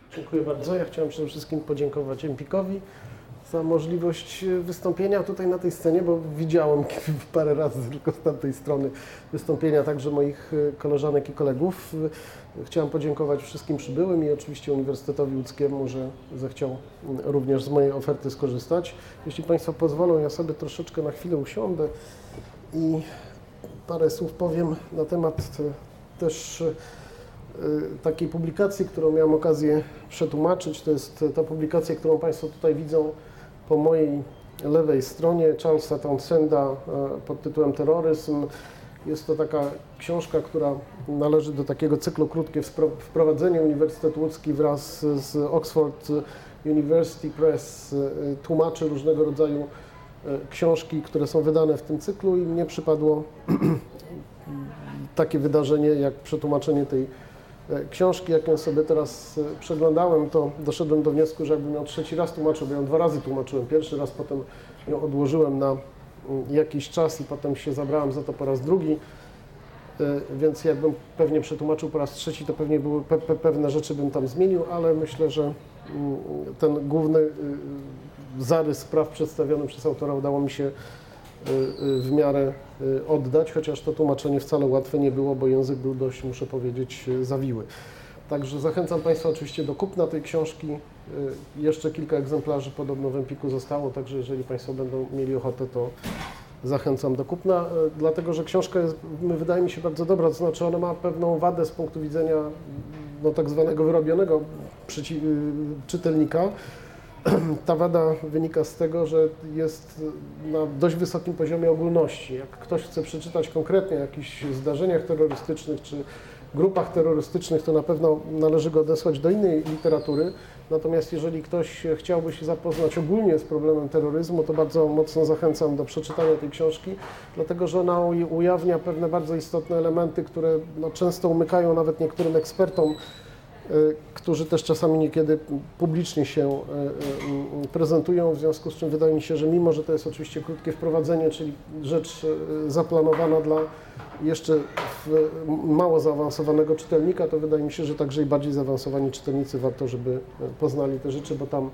Dziękuję bardzo. Ja chciałem przede wszystkim podziękować Empikowi za możliwość wystąpienia tutaj na tej scenie, bo widziałem parę razy tylko z tamtej strony wystąpienia także moich koleżanek i kolegów. Chciałem podziękować wszystkim przybyłym i oczywiście Uniwersytetowi Łódzkiemu, że zechciał również z mojej oferty skorzystać. Jeśli Państwo pozwolą, ja sobie troszeczkę na chwilę usiądę i parę słów powiem na temat też takiej publikacji, którą miałem okazję przetłumaczyć. To jest ta publikacja, którą Państwo tutaj widzą po mojej lewej stronie, Charlesa Townsenda pod tytułem Terroryzm. Jest to taka książka, która należy do takiego cyklu Krótkie wprowadzenie. Uniwersytet Łódzki wraz z Oxford University Press tłumaczy różnego rodzaju książki, które są wydane w tym cyklu i mnie przypadło takie wydarzenie jak przetłumaczenie tej książki. Jak ją sobie teraz przeglądałem, to doszedłem do wniosku, że jakbym ją trzeci raz tłumaczył, bo ją 2 razy tłumaczyłem. Pierwszy raz, potem ją odłożyłem na jakiś czas i potem się zabrałem za to po raz drugi, więc jakbym pewnie przetłumaczył po raz trzeci, to pewnie były pewne rzeczy bym tam zmienił, ale myślę, że ten główny zarys spraw przedstawiony przez autora udało mi się w miarę oddać, chociaż to tłumaczenie wcale łatwe nie było, bo język był dość, muszę powiedzieć, zawiły. Także zachęcam Państwa oczywiście do kupna tej książki. Jeszcze kilka egzemplarzy podobno w Empiku zostało, także jeżeli Państwo będą mieli ochotę, to zachęcam do kupna, dlatego że książka jest, wydaje mi się, bardzo dobra, to znaczy ona ma pewną wadę z punktu widzenia tak zwanego wyrobionego czytelnika. Ta wada wynika z tego, że jest na dość wysokim poziomie ogólności. Jak ktoś chce przeczytać konkretnie o jakichś zdarzeniach terrorystycznych czy grupach terrorystycznych, to na pewno należy go odesłać do innej literatury. Natomiast jeżeli ktoś chciałby się zapoznać ogólnie z problemem terroryzmu, to bardzo mocno zachęcam do przeczytania tej książki, dlatego że ona ujawnia pewne bardzo istotne elementy, które często umykają nawet niektórym ekspertom, którzy też czasami niekiedy publicznie się prezentują, w związku z czym wydaje mi się, że mimo, że to jest oczywiście krótkie wprowadzenie, czyli rzecz zaplanowana dla jeszcze mało zaawansowanego czytelnika, to wydaje mi się, że także i bardziej zaawansowani czytelnicy warto, żeby poznali te rzeczy, bo tam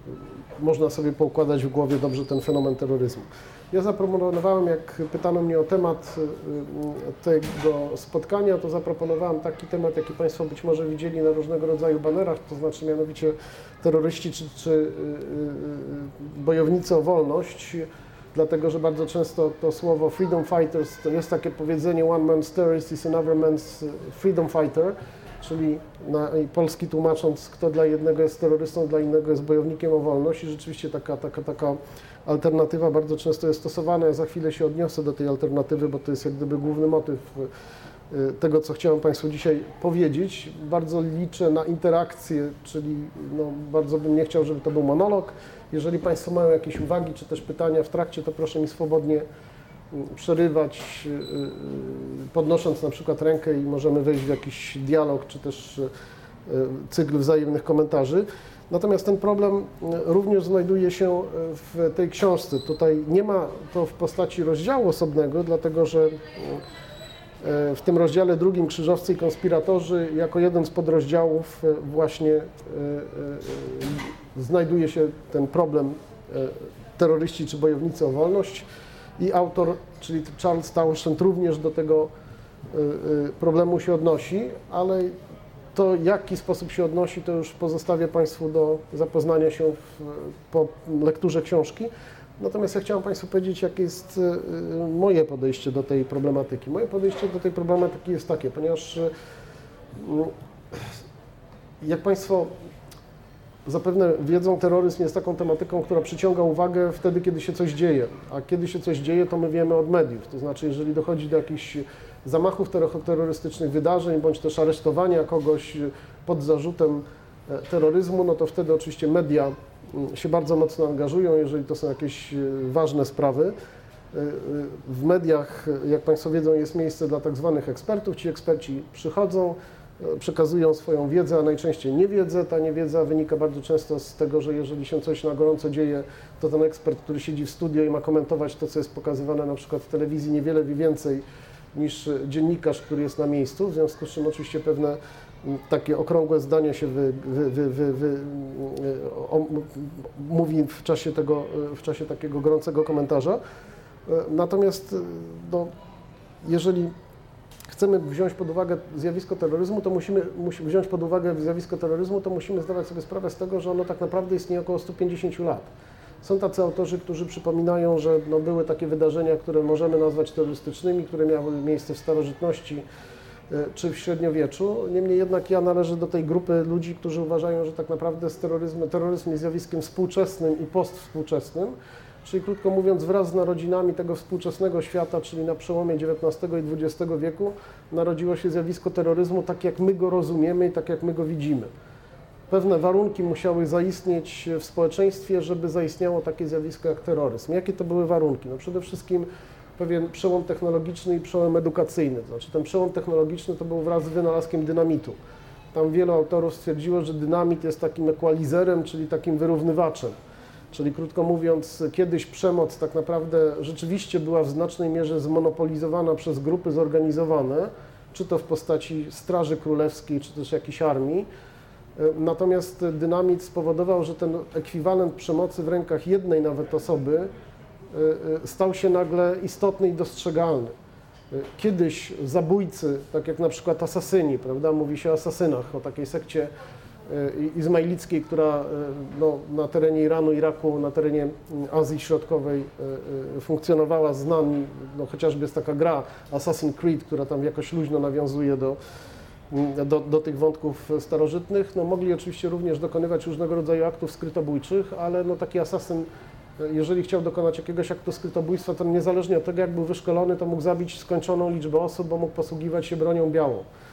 można sobie poukładać w głowie dobrze ten fenomen terroryzmu. Ja zaproponowałem, jak pytano mnie o temat tego spotkania, to zaproponowałem taki temat, jaki Państwo być może widzieli na różnego rodzaju banerach, to znaczy mianowicie terroryści czy bojownicy o wolność, dlatego że bardzo często to słowo freedom fighters to jest takie powiedzenie one man's terrorist is another man's freedom fighter, czyli na polski tłumacząc, kto dla jednego jest terrorystą, dla innego jest bojownikiem o wolność i rzeczywiście taka alternatywa bardzo często jest stosowana. Ja za chwilę się odniosę do tej alternatywy, bo to jest jak gdyby główny motyw tego, co chciałem Państwu dzisiaj powiedzieć. Bardzo liczę na interakcję, czyli bardzo bym nie chciał, żeby to był monolog. Jeżeli Państwo mają jakieś uwagi czy też pytania w trakcie, to proszę mi swobodnie przerywać, podnosząc na przykład rękę i możemy wejść w jakiś dialog, czy też cykl wzajemnych komentarzy. Natomiast ten problem również znajduje się w tej książce. Tutaj nie ma to w postaci rozdziału osobnego, dlatego że w tym rozdziale drugim Krzyżowcy i konspiratorzy jako jeden z podrozdziałów właśnie znajduje się ten problem terroryści czy bojownicy o wolność i autor, czyli Charles Townshend, również do tego problemu się odnosi, ale to w jaki sposób się odnosi, to już pozostawię Państwu do zapoznania się po lekturze książki. Natomiast ja chciałem Państwu powiedzieć, jakie jest moje podejście do tej problematyki. Moje podejście do tej problematyki jest takie, ponieważ jak Państwo zapewne wiedzą, terroryzm jest taką tematyką, która przyciąga uwagę wtedy, kiedy się coś dzieje. A kiedy się coś dzieje, to my wiemy od mediów. To znaczy, jeżeli dochodzi do jakichś zamachów terrorystycznych, wydarzeń, bądź też aresztowania kogoś pod zarzutem terroryzmu, no to wtedy oczywiście media się bardzo mocno angażują, jeżeli to są jakieś ważne sprawy. W mediach, jak Państwo wiedzą, jest miejsce dla tak zwanych ekspertów. Ci eksperci przychodzą, przekazują swoją wiedzę, a najczęściej niewiedzę. Ta niewiedza wynika bardzo często z tego, że jeżeli się coś na gorąco dzieje, to ten ekspert, który siedzi w studio i ma komentować to, co jest pokazywane na przykład w telewizji, niewiele wie więcej niż dziennikarz, który jest na miejscu, w związku z czym oczywiście pewne takie okrągłe zdanie się mówi w czasie takiego gorącego komentarza. Natomiast no, jeżeli chcemy wziąć pod uwagę zjawisko terroryzmu, to musimy zdawać sobie sprawę z tego, że ono tak naprawdę istnieje około 150 lat. Są tacy autorzy, którzy przypominają, że no, były takie wydarzenia, które możemy nazwać terrorystycznymi, które miały miejsce w starożytności czy w średniowieczu. Niemniej jednak ja należę do tej grupy ludzi, którzy uważają, że tak naprawdę terroryzm jest zjawiskiem współczesnym i postvspółczesnym. Czyli krótko mówiąc, wraz z narodzinami tego współczesnego świata, czyli na przełomie XIX i XX wieku, narodziło się zjawisko terroryzmu tak, jak my go rozumiemy i tak, jak my go widzimy. Pewne warunki musiały zaistnieć w społeczeństwie, żeby zaistniało takie zjawisko jak terroryzm. Jakie to były warunki? No przede wszystkim pewien przełom technologiczny i przełom edukacyjny. To znaczy ten przełom technologiczny to był wraz z wynalazkiem dynamitu. Tam wielu autorów stwierdziło, że dynamit jest takim equalizerem, czyli takim wyrównywaczem. Czyli krótko mówiąc, kiedyś przemoc tak naprawdę rzeczywiście była w znacznej mierze zmonopolizowana przez grupy zorganizowane, czy to w postaci Straży Królewskiej, czy też jakiejś armii. Natomiast dynamit spowodował, że ten ekwiwalent przemocy w rękach jednej nawet osoby stał się nagle istotny i dostrzegalny. Kiedyś zabójcy, tak jak na przykład asasyni, prawda, mówi się o asasynach, o takiej sekcie izmailickiej, która no, na terenie Iranu, Iraku, na terenie Azji Środkowej funkcjonowała, znani, no, chociażby jest taka gra Assassin's Creed, która tam jakoś luźno nawiązuje do tych wątków starożytnych. No, mogli oczywiście również dokonywać różnego rodzaju aktów skrytobójczych, ale no, taki asasyn, jeżeli chciał dokonać jakiegoś aktu skrytobójstwa, to niezależnie od tego, jak był wyszkolony, to mógł zabić skończoną liczbę osób, bo mógł posługiwać się bronią białą.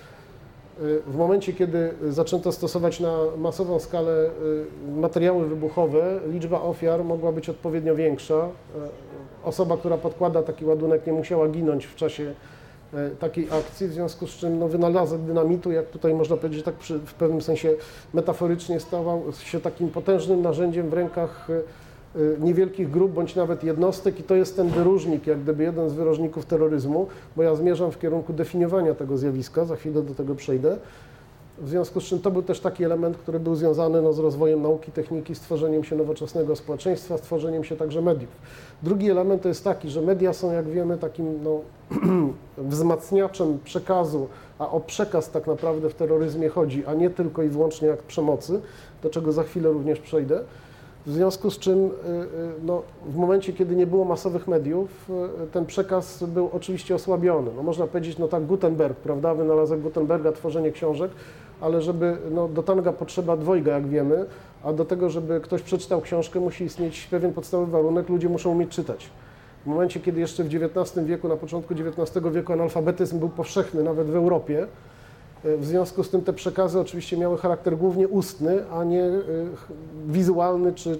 W momencie, kiedy zaczęto stosować na masową skalę materiały wybuchowe, liczba ofiar mogła być odpowiednio większa. Osoba, która podkłada taki ładunek, nie musiała ginąć w czasie takiej akcji, w związku z czym no, wynalazek dynamitu, jak tutaj można powiedzieć, tak w pewnym sensie metaforycznie stawał się takim potężnym narzędziem w rękach niewielkich grup bądź nawet jednostek i to jest ten wyróżnik, jak gdyby jeden z wyróżników terroryzmu, bo ja zmierzam w kierunku definiowania tego zjawiska, za chwilę do tego przejdę. W związku z czym to był też taki element, który był związany no, z rozwojem nauki, techniki, stworzeniem się nowoczesnego społeczeństwa, stworzeniem się także mediów. Drugi element to jest taki, że media są, jak wiemy, takim no, wzmacniaczem przekazu, a o przekaz tak naprawdę w terroryzmie chodzi, a nie tylko i wyłącznie akt przemocy, do czego za chwilę również przejdę. W związku z czym no, w momencie, kiedy nie było masowych mediów, ten przekaz był oczywiście osłabiony. No, można powiedzieć, no tak, Gutenberg, prawda, wynalazek Gutenberga, tworzenie książek, ale żeby no, do tanga potrzeba dwojga, jak wiemy, a do tego, żeby ktoś przeczytał książkę, musi istnieć pewien podstawowy warunek, ludzie muszą umieć czytać. W momencie, kiedy jeszcze w XIX wieku, na początku XIX wieku analfabetyzm był powszechny nawet w Europie, w związku z tym te przekazy oczywiście miały charakter głównie ustny, a nie wizualny czy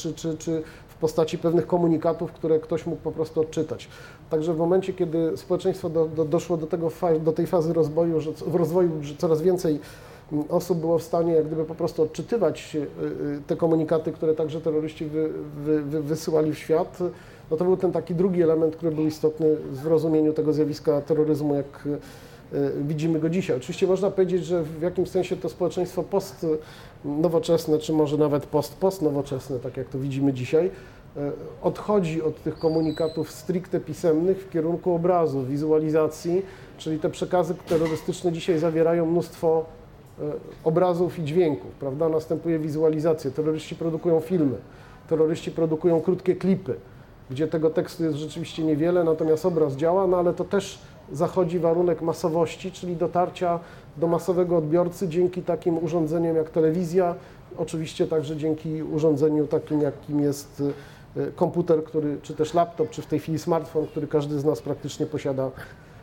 w postaci pewnych komunikatów, które ktoś mógł po prostu odczytać. Także w momencie, kiedy społeczeństwo doszło do tej fazy rozwoju, że coraz więcej osób było w stanie jak gdyby po prostu odczytywać te komunikaty, które także terroryści wysyłali w świat, no to był ten taki drugi element, który był istotny w rozumieniu tego zjawiska terroryzmu, jak widzimy go dzisiaj. Oczywiście można powiedzieć, że w jakimś sensie to społeczeństwo postnowoczesne, czy może nawet postnowoczesne, tak jak to widzimy dzisiaj, odchodzi od tych komunikatów stricte pisemnych w kierunku obrazu, wizualizacji, czyli te przekazy terrorystyczne dzisiaj zawierają mnóstwo obrazów i dźwięków, prawda? Następuje wizualizacja, terroryści produkują filmy, terroryści produkują krótkie klipy, gdzie tego tekstu jest rzeczywiście niewiele, natomiast obraz działa, no ale to też zachodzi warunek masowości, czyli dotarcia do masowego odbiorcy dzięki takim urządzeniom jak telewizja, oczywiście także dzięki urządzeniu takim, jakim jest komputer, czy też laptop, czy w tej chwili smartfon, który każdy z nas praktycznie posiada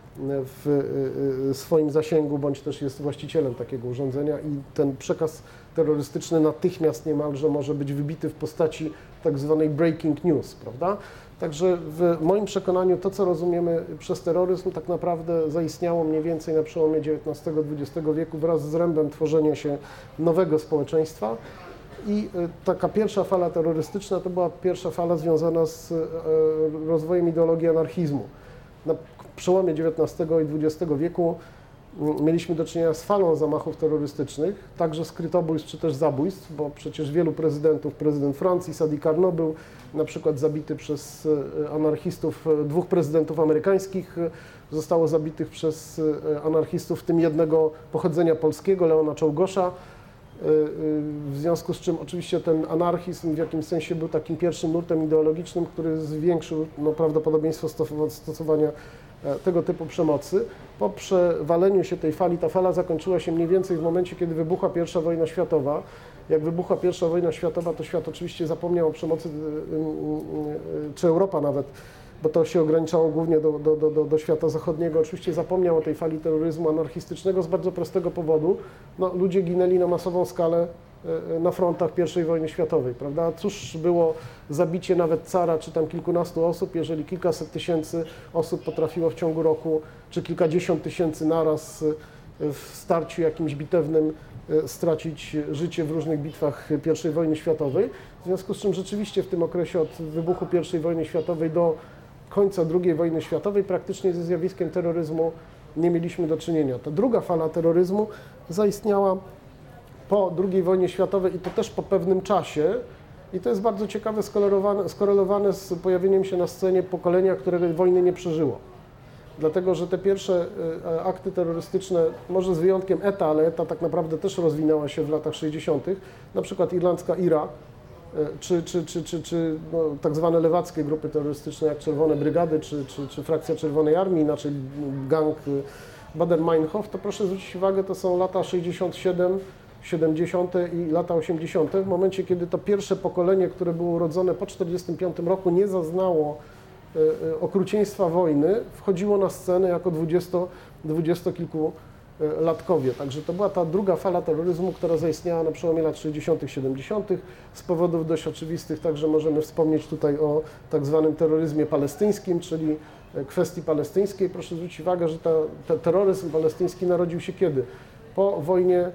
w swoim zasięgu, bądź też jest właścicielem takiego urządzenia i ten przekaz terrorystyczny natychmiast niemalże może być wybity w postaci tak zwanej breaking news, prawda? Także w moim przekonaniu to, co rozumiemy przez terroryzm, tak naprawdę zaistniało mniej więcej na przełomie XIX-XX wieku wraz z zrębem tworzenia się nowego społeczeństwa. I taka pierwsza fala terrorystyczna to była pierwsza fala związana z rozwojem ideologii anarchizmu. Na przełomie XIX i XX wieku mieliśmy do czynienia z falą zamachów terrorystycznych, także skrytobójstw czy też zabójstw, bo przecież wielu prezydentów, prezydent Francji, Sadi Carnot był na przykład zabity przez anarchistów, 2 prezydentów amerykańskich zostało zabitych przez anarchistów, w tym jednego pochodzenia polskiego, Leona Czołgosza. W związku z czym oczywiście ten anarchizm w jakimś sensie był takim pierwszym nurtem ideologicznym, który zwiększył prawdopodobieństwo stosowania tego typu przemocy. Po przewaleniu się tej fali, ta fala zakończyła się mniej więcej w momencie, kiedy wybuchła I wojna światowa. Jak wybuchła I wojna światowa, to świat oczywiście zapomniał o przemocy, czy Europa nawet, bo to się ograniczało głównie do świata zachodniego. Oczywiście zapomniał o tej fali terroryzmu anarchistycznego z bardzo prostego powodu. No, ludzie ginęli na masową skalę na frontach I wojny światowej, prawda? Cóż było zabicie nawet cara, czy tam kilkunastu osób, jeżeli kilkaset tysięcy osób potrafiło w ciągu roku, czy kilkadziesiąt tysięcy naraz w starciu jakimś bitewnym stracić życie w różnych bitwach I wojny światowej. W związku z czym rzeczywiście w tym okresie od wybuchu I wojny światowej do końca II wojny światowej praktycznie ze zjawiskiem terroryzmu nie mieliśmy do czynienia. Ta druga fala terroryzmu zaistniała po II wojnie światowej i to też po pewnym czasie i to jest bardzo ciekawe skorelowane z pojawieniem się na scenie pokolenia, które wojny nie przeżyło. Dlatego, że te pierwsze akty terrorystyczne, może z wyjątkiem ETA, ale ETA tak naprawdę też rozwinęła się w latach 60., na przykład irlandzka IRA, czy tak zwane lewackie grupy terrorystyczne jak Czerwone Brygady, czy frakcja Czerwonej Armii, inaczej gang Baader-Meinhof, to proszę zwrócić uwagę, to są lata 67, 70. i lata 80. W momencie, kiedy to pierwsze pokolenie, które było urodzone po 1945 roku, nie zaznało okrucieństwa wojny, wchodziło na scenę jako dwudziestokilkulatkowie. Także to była ta druga fala terroryzmu, która zaistniała na przełomie lat 60., 70. Z powodów dość oczywistych także możemy wspomnieć tutaj o tak zwanym terroryzmie palestyńskim, czyli kwestii palestyńskiej. Proszę zwrócić uwagę, że ten terroryzm palestyński narodził się kiedy? Po wojnie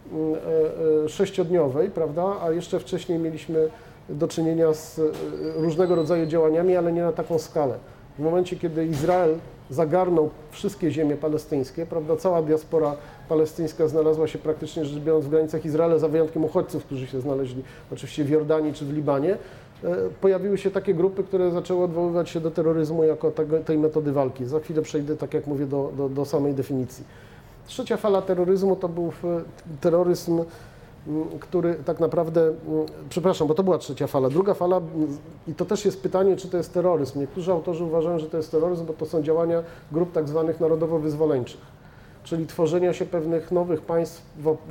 sześciodniowej, prawda? A jeszcze wcześniej mieliśmy do czynienia z różnego rodzaju działaniami, ale nie na taką skalę. W momencie, kiedy Izrael zagarnął wszystkie ziemie palestyńskie, prawda, cała diaspora palestyńska znalazła się praktycznie rzecz biorąc w granicach Izraela, za wyjątkiem uchodźców, którzy się znaleźli oczywiście w Jordanii czy w Libanie, pojawiły się takie grupy, które zaczęły odwoływać się do terroryzmu jako tej metody walki. Za chwilę przejdę, tak jak mówię, do samej definicji. Trzecia fala terroryzmu to był terroryzm, który tak naprawdę, przepraszam, bo to była trzecia fala. Druga fala, i to też jest pytanie, czy to jest terroryzm. Niektórzy autorzy uważają, że to jest terroryzm, bo to są działania grup tak zwanych narodowo-wyzwoleńczych, czyli tworzenia się pewnych nowych państw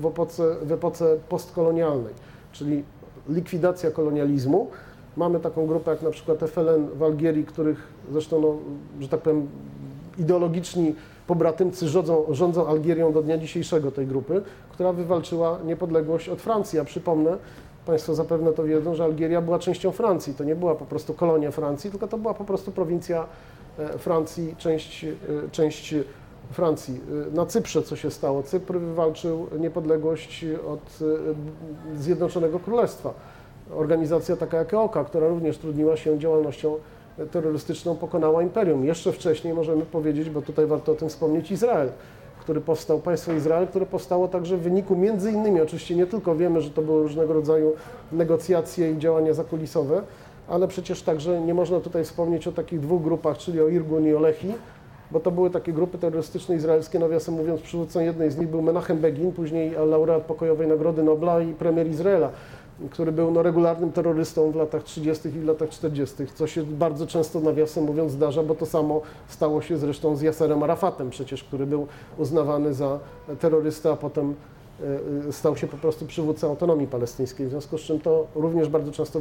w epoce postkolonialnej, czyli likwidacja kolonializmu. Mamy taką grupę jak na przykład FLN w Algierii, których zresztą, no, że tak powiem, ideologiczni pobratymcy rządzą Algierią do dnia dzisiejszego tej grupy, która wywalczyła niepodległość od Francji. Ja przypomnę, Państwo zapewne to wiedzą, że Algieria była częścią Francji. To nie była po prostu kolonia Francji, tylko to była po prostu prowincja Francji, część Francji. Na Cyprze co się stało? Cypr wywalczył niepodległość od Zjednoczonego Królestwa. Organizacja taka jak EOKA, która również trudniła się działalnością terrorystyczną, pokonała imperium. Jeszcze wcześniej możemy powiedzieć, bo tutaj warto o tym wspomnieć, Izrael, który powstał, państwo Izrael, które powstało także w wyniku między innymi, oczywiście nie tylko wiemy, że to były różnego rodzaju negocjacje i działania zakulisowe, ale przecież także nie można tutaj wspomnieć o takich dwóch grupach, czyli o Irgun i o Lehi, bo to były takie grupy terrorystyczne izraelskie, nawiasem mówiąc, przywódcą jednej z nich był Menachem Begin, później laureat pokojowej Nagrody Nobla i premier Izraela, który był regularnym terrorystą w latach 30. i w latach 40., co się bardzo często, nawiasem mówiąc, zdarza, bo to samo stało się zresztą z Yaserem Arafatem przecież, który był uznawany za terrorystę, a potem stał się po prostu przywódcą autonomii palestyńskiej, w związku z czym to również bardzo często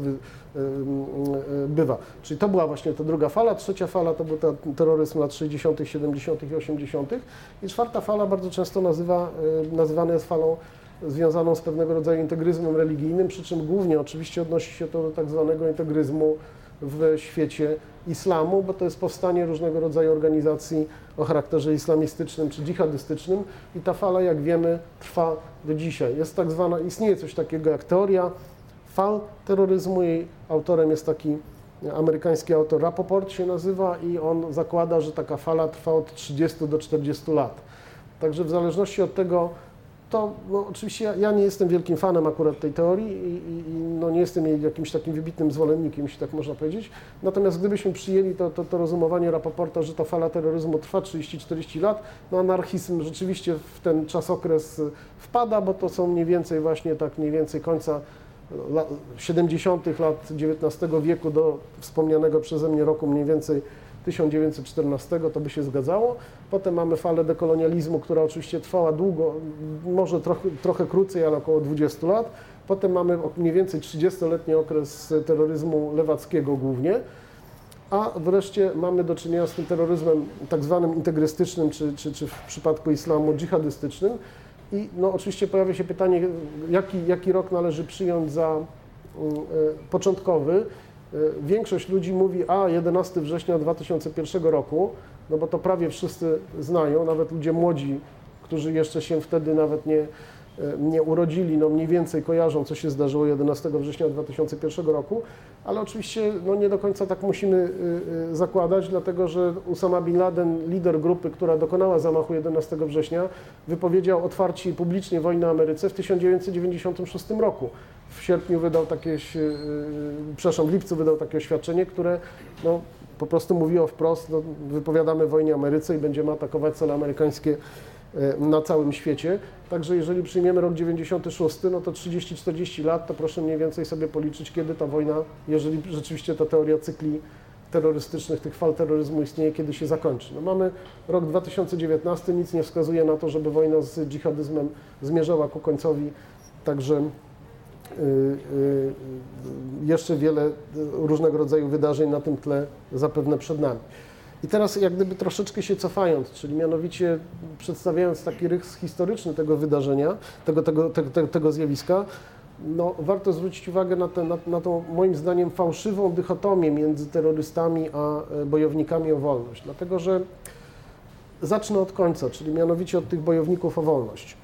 bywa. Czyli to była właśnie ta druga fala. Trzecia fala to był ten terroryzm lat 60., 70. i 80. I czwarta fala bardzo często nazywana jest falą związaną z pewnego rodzaju integryzmem religijnym, przy czym głównie oczywiście odnosi się to do tak zwanego integryzmu w świecie islamu, bo to jest powstanie różnego rodzaju organizacji o charakterze islamistycznym czy dżihadystycznym i ta fala, jak wiemy, trwa do dzisiaj. Jest tak zwana, istnieje coś takiego jak teoria fal terroryzmu. Jej autorem jest taki amerykański autor, Rapoport się nazywa, i on zakłada, że taka fala trwa od 30 do 40 lat. Także w zależności od tego, to no, oczywiście ja nie jestem wielkim fanem akurat tej teorii i no, nie jestem jej jakimś takim wybitnym zwolennikiem, jeśli tak można powiedzieć. Natomiast gdybyśmy przyjęli to rozumowanie Rapoporta, że ta fala terroryzmu trwa 30-40 lat, no anarchizm rzeczywiście w ten czasokres wpada, bo to są mniej więcej właśnie tak mniej więcej końca 70. lat XIX wieku do wspomnianego przeze mnie roku mniej więcej 1914, to by się zgadzało. Potem mamy falę dekolonializmu, która oczywiście trwała długo, może trochę krócej, ale około 20 lat. Potem mamy mniej więcej 30-letni okres terroryzmu lewackiego głównie, a wreszcie mamy do czynienia z tym terroryzmem tak zwanym integrystycznym, czy w przypadku islamu dżihadystycznym. I no, oczywiście pojawia się pytanie, jaki rok należy przyjąć za początkowy. Większość ludzi mówi, 11 września 2001 roku, no bo to prawie wszyscy znają, nawet ludzie młodzi, którzy jeszcze się wtedy nawet nie urodzili, no mniej więcej kojarzą, co się zdarzyło 11 września 2001 roku, ale oczywiście no nie do końca tak musimy zakładać, dlatego że Usama Bin Laden, lider grupy, która dokonała zamachu 11 września, wypowiedział otwarcie i publicznie wojnę Ameryce w 1996 roku. W sierpniu wydał w lipcu wydał takie oświadczenie, które no, po prostu mówiło wprost, no, wypowiadamy wojnę Ameryce i będziemy atakować cele amerykańskie na całym świecie. Także jeżeli przyjmiemy rok 96, no to 30-40 lat, to proszę mniej więcej sobie policzyć, kiedy ta wojna, jeżeli rzeczywiście ta teoria cykli terrorystycznych, tych fal terroryzmu istnieje, kiedy się zakończy. No mamy rok 2019, nic nie wskazuje na to, żeby wojna z dżihadizmem zmierzała ku końcowi, także jeszcze wiele różnego rodzaju wydarzeń na tym tle zapewne przed nami. I teraz jak gdyby troszeczkę się cofając, czyli mianowicie przedstawiając taki rys historyczny tego wydarzenia, tego zjawiska, no, warto zwrócić uwagę na tą moim zdaniem fałszywą dychotomię między terrorystami a bojownikami o wolność. Dlatego, że zacznę od końca, czyli mianowicie od tych bojowników o wolność.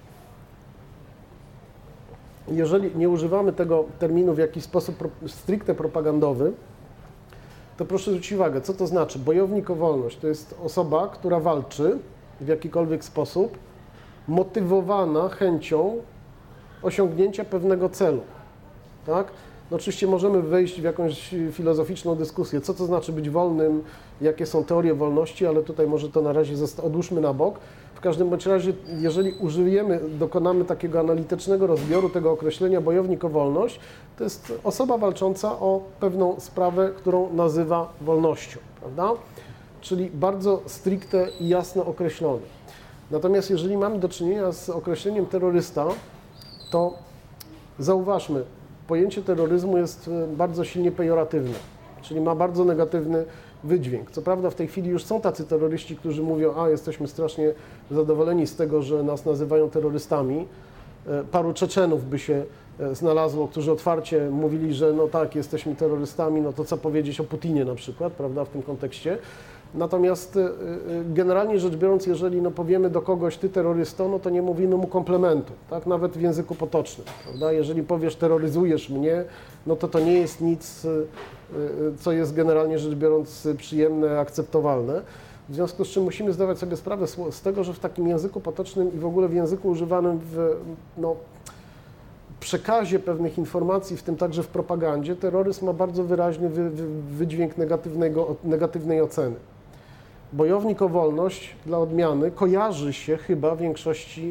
Jeżeli nie używamy tego terminu w jakiś sposób stricte propagandowy, to proszę zwrócić uwagę, co to znaczy. Bojownik o wolność to jest osoba, która walczy w jakikolwiek sposób, motywowana chęcią osiągnięcia pewnego celu. Tak? No oczywiście możemy wejść w jakąś filozoficzną dyskusję, co to znaczy być wolnym, jakie są teorie wolności, ale tutaj może to na razie odłóżmy na bok. W każdym bądź razie, jeżeli dokonamy takiego analitycznego rozbioru tego określenia bojownik o wolność, to jest osoba walcząca o pewną sprawę, którą nazywa wolnością, prawda? Czyli bardzo stricte i jasno określone. Natomiast jeżeli mamy do czynienia z określeniem terrorysta, to zauważmy, pojęcie terroryzmu jest bardzo silnie pejoratywne, czyli ma bardzo negatywny wydźwięk. Co prawda w tej chwili już są tacy terroryści, którzy mówią, jesteśmy strasznie zadowoleni z tego, że nas nazywają terrorystami. Paru Czeczenów by się znalazło, którzy otwarcie mówili, że no tak, jesteśmy terrorystami, no to co powiedzieć o Putinie na przykład, prawda, w tym kontekście. Natomiast generalnie rzecz biorąc, jeżeli powiemy do kogoś ty terrorysto, no to nie mówimy mu komplementu, tak? Nawet w języku potocznym, prawda? Jeżeli powiesz terroryzujesz mnie, no to nie jest nic, co jest generalnie rzecz biorąc przyjemne, akceptowalne. W związku z czym musimy zdawać sobie sprawę z tego, że w takim języku potocznym i w ogóle w języku używanym w przekazie pewnych informacji, w tym także w propagandzie, terroryzm ma bardzo wyraźny wydźwięk negatywnej oceny. Bojownik o wolność dla odmiany kojarzy się chyba większości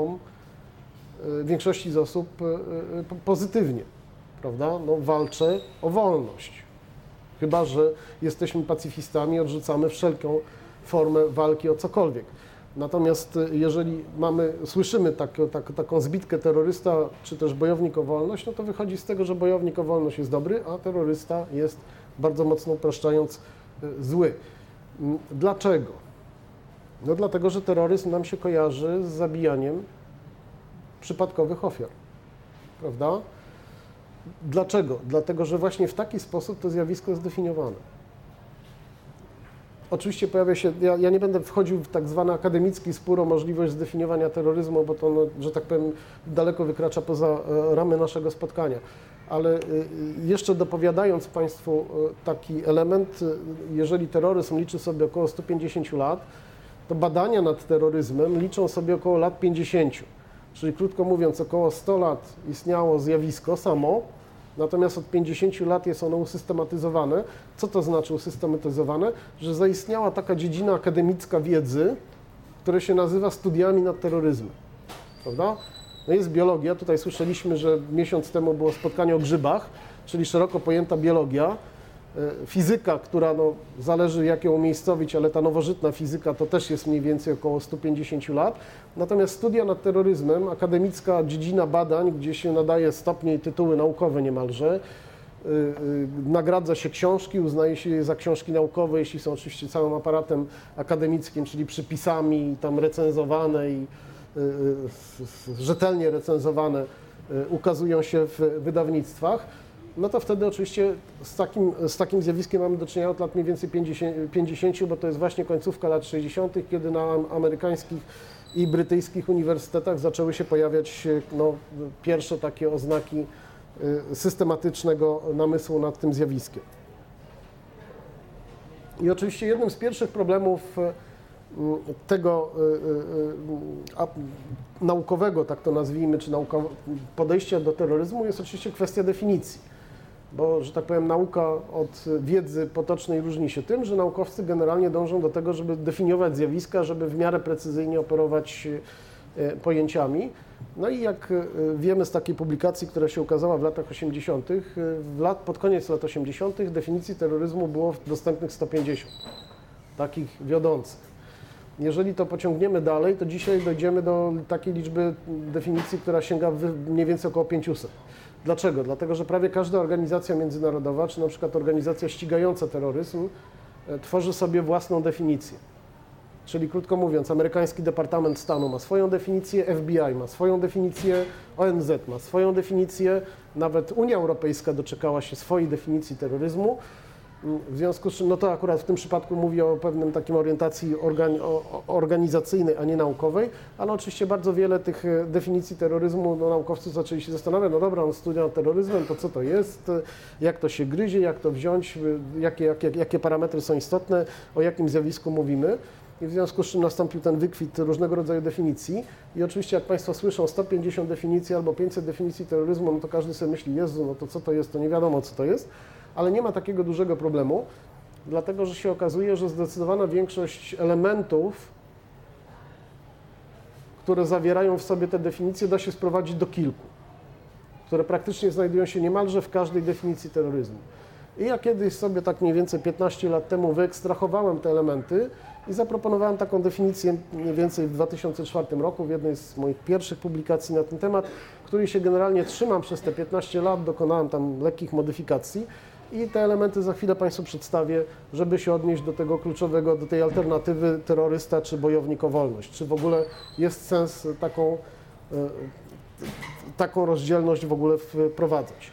z osób pozytywnie, prawda? No, walczę o wolność. Chyba że jesteśmy pacyfistami, odrzucamy wszelką formę walki o cokolwiek. Natomiast jeżeli słyszymy taką zbitkę terrorysta czy też bojownik o wolność, no to wychodzi z tego, że bojownik o wolność jest dobry, a terrorysta jest, bardzo mocno upraszczając, zły. Dlaczego? No dlatego, że terroryzm nam się kojarzy z zabijaniem przypadkowych ofiar, prawda? Dlaczego? Dlatego, że właśnie w taki sposób to zjawisko jest zdefiniowane. Oczywiście pojawia się, ja nie będę wchodził w tak zwany akademicki spór o możliwość zdefiniowania terroryzmu, bo to, że tak powiem, daleko wykracza poza ramy naszego spotkania. Ale jeszcze dopowiadając Państwu taki element, jeżeli terroryzm liczy sobie około 150 lat, to badania nad terroryzmem liczą sobie około lat 50. Czyli krótko mówiąc, około 100 lat istniało zjawisko samo, natomiast od 50 lat jest ono usystematyzowane. Co to znaczy usystematyzowane? Że zaistniała taka dziedzina akademicka wiedzy, która się nazywa studiami nad terroryzmem. Prawda? No jest biologia, tutaj słyszeliśmy, że miesiąc temu było spotkanie o grzybach, czyli szeroko pojęta biologia. Fizyka, która zależy jak ją umiejscowić, ale ta nowożytna fizyka to też jest mniej więcej około 150 lat. Natomiast studia nad terroryzmem, akademicka dziedzina badań, gdzie się nadaje stopnie i tytuły naukowe niemalże, nagradza się książki, uznaje się je za książki naukowe, jeśli są oczywiście całym aparatem akademickim, czyli przypisami tam recenzowane i rzetelnie recenzowane ukazują się w wydawnictwach. No to wtedy oczywiście z takim zjawiskiem mamy do czynienia od lat mniej więcej 50, bo to jest właśnie końcówka lat 60., kiedy na amerykańskich i brytyjskich uniwersytetach zaczęły się pojawiać pierwsze takie oznaki systematycznego namysłu nad tym zjawiskiem. I oczywiście jednym z pierwszych problemów tego naukowego, tak to nazwijmy, czy podejścia do terroryzmu jest oczywiście kwestia definicji. Bo, że tak powiem, nauka od wiedzy potocznej różni się tym, że naukowcy generalnie dążą do tego, żeby definiować zjawiska, żeby w miarę precyzyjnie operować pojęciami. No i jak wiemy z takiej publikacji, która się ukazała w latach 80., pod koniec lat 80. definicji terroryzmu było dostępnych 150, takich wiodących. Jeżeli to pociągniemy dalej, to dzisiaj dojdziemy do takiej liczby definicji, która sięga mniej więcej około 500. Dlaczego? Dlatego, że prawie każda organizacja międzynarodowa, czy na przykład organizacja ścigająca terroryzm, tworzy sobie własną definicję. Czyli krótko mówiąc, amerykański Departament Stanu ma swoją definicję, FBI ma swoją definicję, ONZ ma swoją definicję, nawet Unia Europejska doczekała się swojej definicji terroryzmu. W związku z czym, no to akurat w tym przypadku mówię o pewnym takim orientacji organizacyjnej, a nie naukowej, ale oczywiście bardzo wiele tych definicji terroryzmu naukowcy zaczęli się zastanawiać, no dobra, on studia nad terroryzmem, to co to jest, jak to się gryzie, jak to wziąć, jakie parametry są istotne, o jakim zjawisku mówimy. I w związku z czym nastąpił ten wykwit różnego rodzaju definicji. I oczywiście jak Państwo słyszą 150 definicji albo 500 definicji terroryzmu, no to każdy sobie myśli, Jezu, no to co to jest, to nie wiadomo co to jest. Ale nie ma takiego dużego problemu, dlatego że się okazuje, że zdecydowana większość elementów, które zawierają w sobie te definicje, da się sprowadzić do kilku, które praktycznie znajdują się niemalże w każdej definicji terroryzmu. I ja kiedyś sobie tak mniej więcej 15 lat temu wyekstrahowałem te elementy i zaproponowałem taką definicję mniej więcej w 2004 roku w jednej z moich pierwszych publikacji na ten temat, której się generalnie trzymam przez te 15 lat, dokonałem tam lekkich modyfikacji i te elementy za chwilę Państwu przedstawię, żeby się odnieść do tego kluczowego, do tej alternatywy terrorysta czy bojownik o wolność. Czy w ogóle jest sens taką rozdzielność w ogóle wprowadzać.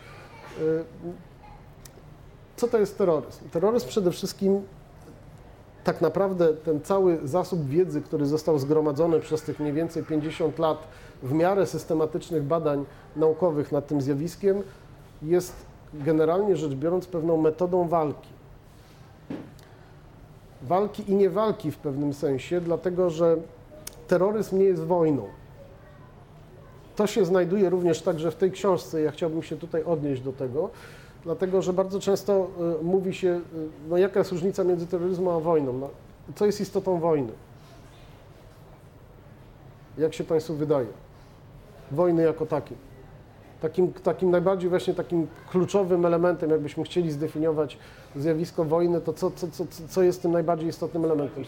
Co to jest terroryzm? Terroryzm przede wszystkim tak naprawdę ten cały zasób wiedzy, który został zgromadzony przez tych mniej więcej 50 lat w miarę systematycznych badań naukowych nad tym zjawiskiem, jest generalnie rzecz biorąc pewną metodą walki. Walki i nie walki w pewnym sensie, dlatego że terroryzm nie jest wojną. To się znajduje również także w tej książce, ja chciałbym się tutaj odnieść do tego, dlatego że bardzo często mówi się, no jaka jest różnica między terroryzmem a wojną. No, co jest istotą wojny? Jak się Państwu wydaje? Wojny jako takiej. Takim najbardziej właśnie takim kluczowym elementem, jakbyśmy chcieli zdefiniować zjawisko wojny, to co jest tym najbardziej istotnym elementem?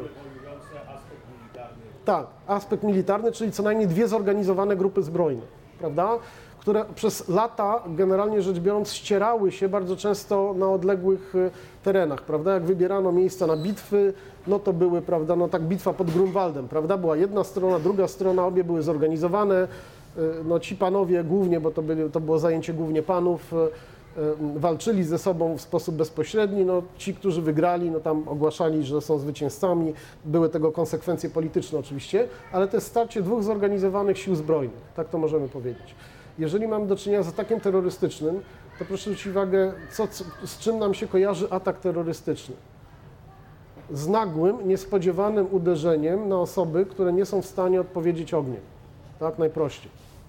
Tak, aspekt militarny, czyli co najmniej dwie zorganizowane grupy zbrojne, prawda? Które przez lata, generalnie rzecz biorąc, ścierały się bardzo często na odległych terenach, prawda? Jak wybierano miejsca na bitwy, no to były, prawda, no tak bitwa pod Grunwaldem, prawda? Była jedna strona, druga strona, obie były zorganizowane, no ci panowie głównie, bo to było zajęcie głównie panów, walczyli ze sobą w sposób bezpośredni, no ci, którzy wygrali, no tam ogłaszali, że są zwycięzcami, były tego konsekwencje polityczne oczywiście, ale to jest starcie dwóch zorganizowanych sił zbrojnych, tak to możemy powiedzieć. Jeżeli mamy do czynienia z atakiem terrorystycznym, to proszę zwrócić uwagę, z czym nam się kojarzy atak terrorystyczny. z nagłym, niespodziewanym uderzeniem na osoby, które nie są w stanie odpowiedzieć ogniem. Tak, najprościej.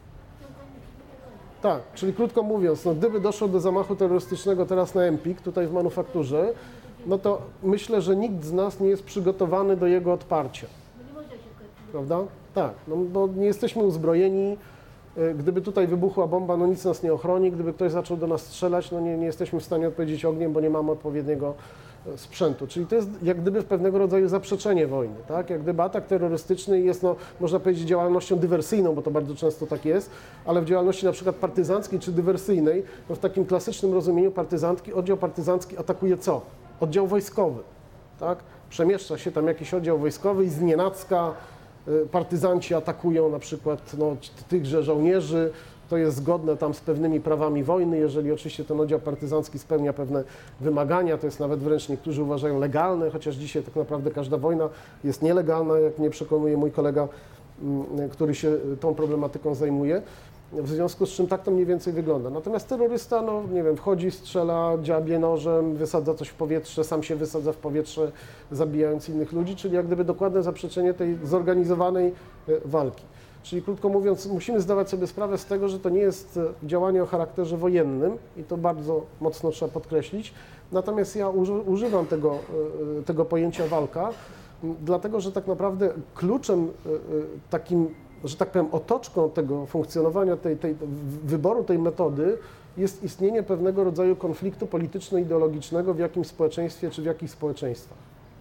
Tak, czyli krótko mówiąc, no gdyby doszło do zamachu terrorystycznego teraz na Empik, tutaj w manufakturze, no to myślę, że nikt z nas nie jest przygotowany do jego odparcia. Prawda? Tak, no bo nie jesteśmy uzbrojeni. Gdyby tutaj wybuchła bomba, no nic nas nie ochroni. Gdyby ktoś zaczął do nas strzelać, no nie jesteśmy w stanie odpowiedzieć ogniem, bo nie mamy odpowiedniego sprzętu. Czyli to jest jak gdyby pewnego rodzaju zaprzeczenie wojny, tak? Jak gdyby atak terrorystyczny jest, no, można powiedzieć, działalnością dywersyjną, bo to bardzo często tak jest, ale w działalności na przykład partyzanckiej czy dywersyjnej, no w takim klasycznym rozumieniu oddział partyzancki atakuje co? Oddział wojskowy, tak? Przemieszcza się tam jakiś oddział wojskowy i znienacka partyzanci atakują na przykład no, tychże żołnierzy. To jest zgodne tam z pewnymi prawami wojny, jeżeli oczywiście ten oddział partyzancki spełnia pewne wymagania, to jest nawet wręcz niektórzy uważają legalne, chociaż dzisiaj tak naprawdę każda wojna jest nielegalna, jak mnie przekonuje mój kolega, który się tą problematyką zajmuje. W związku z czym tak to mniej więcej wygląda. Natomiast terrorysta, no nie wiem, wchodzi, strzela, dziabie nożem, wysadza coś w powietrze, sam się wysadza w powietrze, zabijając innych ludzi, czyli jak gdyby dokładne zaprzeczenie tej zorganizowanej walki. Czyli krótko mówiąc, musimy zdawać sobie sprawę z tego, że to nie jest działanie o charakterze wojennym i to bardzo mocno trzeba podkreślić. Natomiast ja używam tego pojęcia walka, dlatego że tak naprawdę kluczem takim, że tak powiem, otoczką tego funkcjonowania, wyboru tej metody jest istnienie pewnego rodzaju konfliktu polityczno-ideologicznego w jakimś społeczeństwie czy w jakichś społeczeństwach.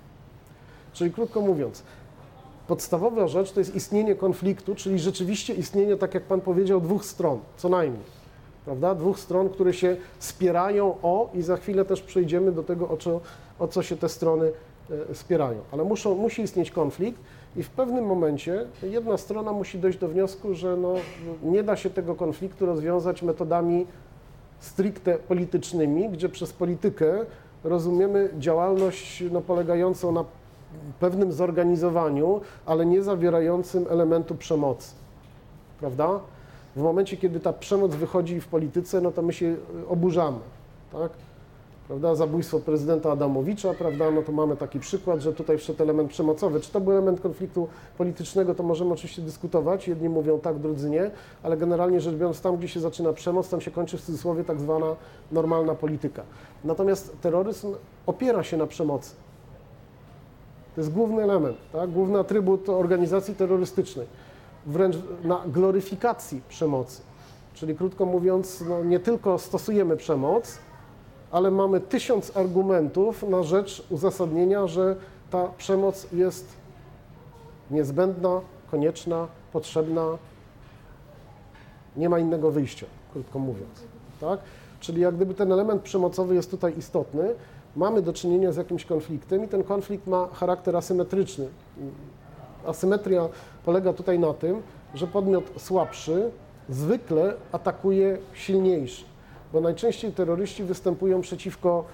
Czyli krótko mówiąc, podstawowa rzecz to jest istnienie konfliktu, czyli rzeczywiście istnienie, tak jak Pan powiedział, dwóch stron, co najmniej, prawda? Dwóch stron, które się spierają i za chwilę też przejdziemy do tego, o co się te strony spierają. Ale musi istnieć konflikt i w pewnym momencie jedna strona musi dojść do wniosku, że no, nie da się tego konfliktu rozwiązać metodami stricte politycznymi, gdzie przez politykę rozumiemy działalność no, polegającą na pewnym zorganizowaniu, ale nie zawierającym elementu przemocy, prawda? W momencie, kiedy ta przemoc wychodzi w polityce, no to my się oburzamy, tak? Prawda? Zabójstwo prezydenta Adamowicza, prawda? No to mamy taki przykład, że tutaj wszedł element przemocowy. Czy to był element konfliktu politycznego, to możemy oczywiście dyskutować. Jedni mówią tak, drudzy nie, ale generalnie rzecz biorąc, tam, gdzie się zaczyna przemoc, tam się kończy w cudzysłowie tak zwana normalna polityka. Natomiast terroryzm opiera się na przemocy. To jest główny element, tak? Główny atrybut organizacji terrorystycznej, wręcz na gloryfikacji przemocy. Czyli krótko mówiąc, no, nie tylko stosujemy przemoc, ale mamy 1000 argumentów na rzecz uzasadnienia, że ta przemoc jest niezbędna, konieczna, potrzebna, nie ma innego wyjścia, krótko mówiąc, tak? Czyli jak gdyby ten element przemocowy jest tutaj istotny, mamy do czynienia z jakimś konfliktem i ten konflikt ma charakter asymetryczny. Asymetria polega tutaj na tym, że podmiot słabszy zwykle atakuje silniejszy, bo najczęściej terroryści występują przeciwko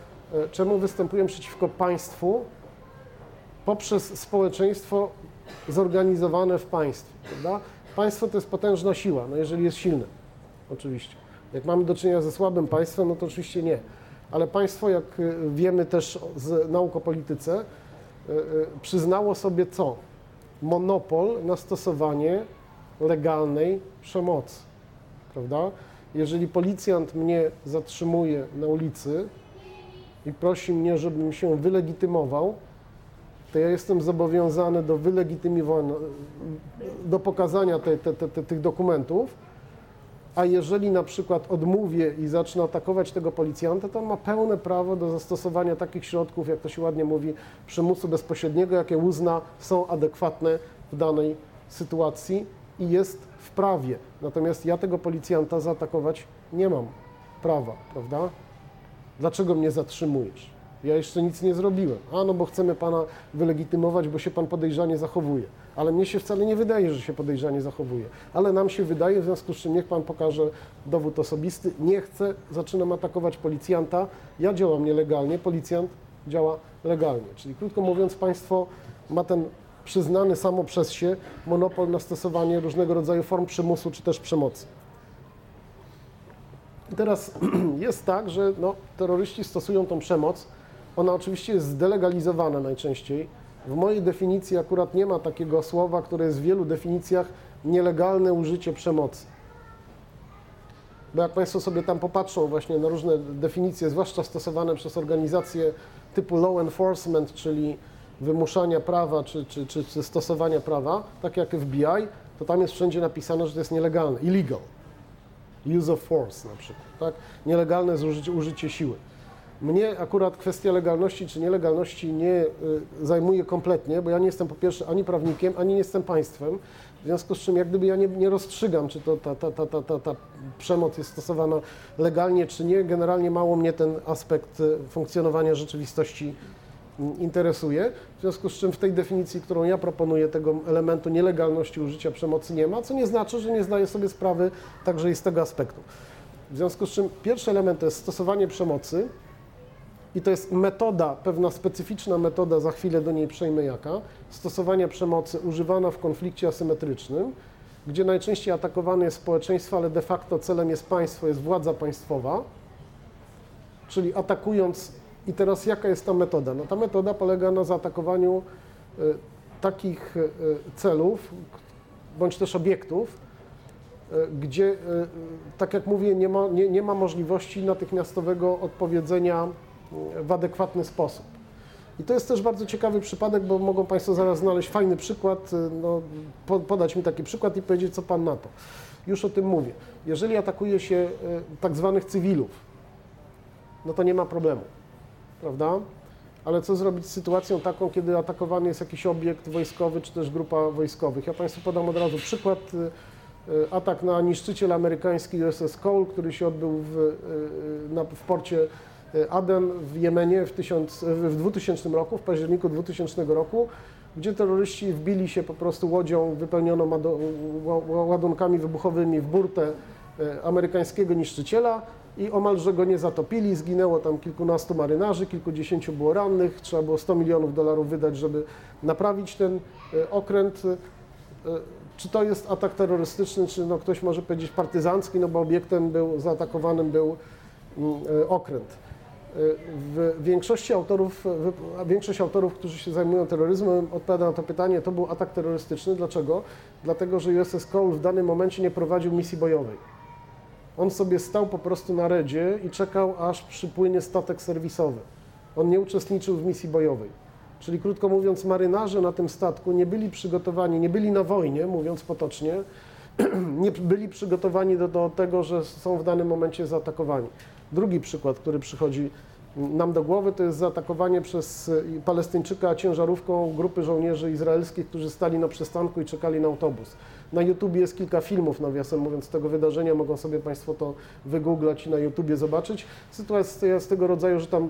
państwu poprzez społeczeństwo zorganizowane w państwie, prawda? Państwo to jest potężna siła, no jeżeli jest silne, oczywiście. Jak mamy do czynienia ze słabym państwem, no to oczywiście nie. Ale państwo, jak wiemy też z nauk o polityce, przyznało sobie co? Monopol na stosowanie legalnej przemocy, prawda? Jeżeli policjant mnie zatrzymuje na ulicy i prosi mnie, żebym się wylegitymował, to ja jestem zobowiązany do wylegitymowania, do pokazania tych dokumentów, a jeżeli na przykład odmówię i zacznę atakować tego policjanta, to on ma pełne prawo do zastosowania takich środków, jak to się ładnie mówi, przymusu bezpośredniego, jakie uzna są adekwatne w danej sytuacji i jest w prawie. Natomiast ja tego policjanta zaatakować nie mam prawa, prawda? Dlaczego mnie zatrzymujesz? Ja jeszcze nic nie zrobiłem. No bo chcemy pana wylegitymować, bo się pan podejrzanie zachowuje. Ale mnie się wcale nie wydaje, że się podejrzanie zachowuje. Ale nam się wydaje, w związku z czym niech pan pokaże dowód osobisty. Nie chcę, zaczynam atakować policjanta. Ja działam nielegalnie, policjant działa legalnie. Czyli krótko mówiąc, państwo ma ten przyznany samo przez się monopol na stosowanie różnego rodzaju form przymusu czy też przemocy. I teraz jest tak, że no, terroryści stosują tą przemoc Ona oczywiście jest zdelegalizowana najczęściej. W mojej definicji akurat nie ma takiego słowa, które jest w wielu definicjach nielegalne użycie przemocy. Bo jak Państwo sobie tam popatrzą właśnie na różne definicje, zwłaszcza stosowane przez organizacje typu law enforcement, czyli wymuszania prawa czy stosowania prawa, tak jak FBI, to tam jest wszędzie napisane, że to jest nielegalne, illegal, use of force na przykład, tak? Nielegalne użycie siły. Mnie akurat kwestia legalności czy nielegalności nie zajmuje kompletnie, bo ja nie jestem po pierwsze ani prawnikiem, ani nie jestem państwem, w związku z czym jak gdyby ja nie rozstrzygam, czy to ta przemoc jest stosowana legalnie, czy nie. Generalnie mało mnie ten aspekt funkcjonowania rzeczywistości interesuje, w związku z czym w tej definicji, którą ja proponuję, tego elementu nielegalności użycia przemocy nie ma, co nie znaczy, że nie zdaję sobie sprawy także i z tego aspektu. W związku z czym pierwszy element to jest stosowanie przemocy i to jest metoda, pewna specyficzna metoda, za chwilę do niej przejmę jaka, stosowania przemocy używana w konflikcie asymetrycznym, gdzie najczęściej atakowane jest społeczeństwo, ale de facto celem jest państwo, jest władza państwowa, czyli atakując. I teraz jaka jest ta metoda? No ta metoda polega na zaatakowaniu takich celów, bądź też obiektów, gdzie, tak jak mówię, nie ma możliwości natychmiastowego odpowiedzenia w adekwatny sposób. I to jest też bardzo ciekawy przypadek, bo mogą Państwo zaraz znaleźć fajny przykład, no, podać mi taki przykład i powiedzieć, co Pan na to. Już o tym mówię. Jeżeli atakuje się tak zwanych cywilów, no to nie ma problemu, prawda? Ale co zrobić z sytuacją taką, kiedy atakowany jest jakiś obiekt wojskowy, czy też grupa wojskowych? Ja Państwu podam od razu przykład. Atak na niszczyciel amerykański USS Cole, który się odbył w porcie Aden w Jemenie w 2000 roku, w październiku 2000 roku, gdzie terroryści wbili się po prostu łodzią wypełnioną ładunkami wybuchowymi w burtę amerykańskiego niszczyciela i omalże go nie zatopili. Zginęło tam kilkunastu marynarzy, kilkudziesięciu było rannych, trzeba było $100 milionów wydać, żeby naprawić ten okręt. Czy to jest atak terrorystyczny, czy no ktoś może powiedzieć partyzancki, no bo obiektem zaatakowanym był okręt. Większość autorów, którzy się zajmują terroryzmem, odpowiada na to pytanie, to był atak terrorystyczny. Dlaczego? Dlatego, że USS Cole w danym momencie nie prowadził misji bojowej. On sobie stał po prostu na redzie i czekał, aż przypłynie statek serwisowy. On nie uczestniczył w misji bojowej. Czyli krótko mówiąc, marynarze na tym statku nie byli przygotowani, nie byli na wojnie, mówiąc potocznie, nie byli przygotowani do tego, że są w danym momencie zaatakowani. Drugi przykład, który przychodzi nam do głowy, to jest zaatakowanie przez Palestyńczyka ciężarówką grupy żołnierzy izraelskich, którzy stali na przystanku i czekali na autobus. Na YouTubie jest kilka filmów, nawiasem mówiąc, z tego wydarzenia, mogą sobie Państwo to wygooglać i na YouTubie zobaczyć. Sytuacja jest tego rodzaju, że tam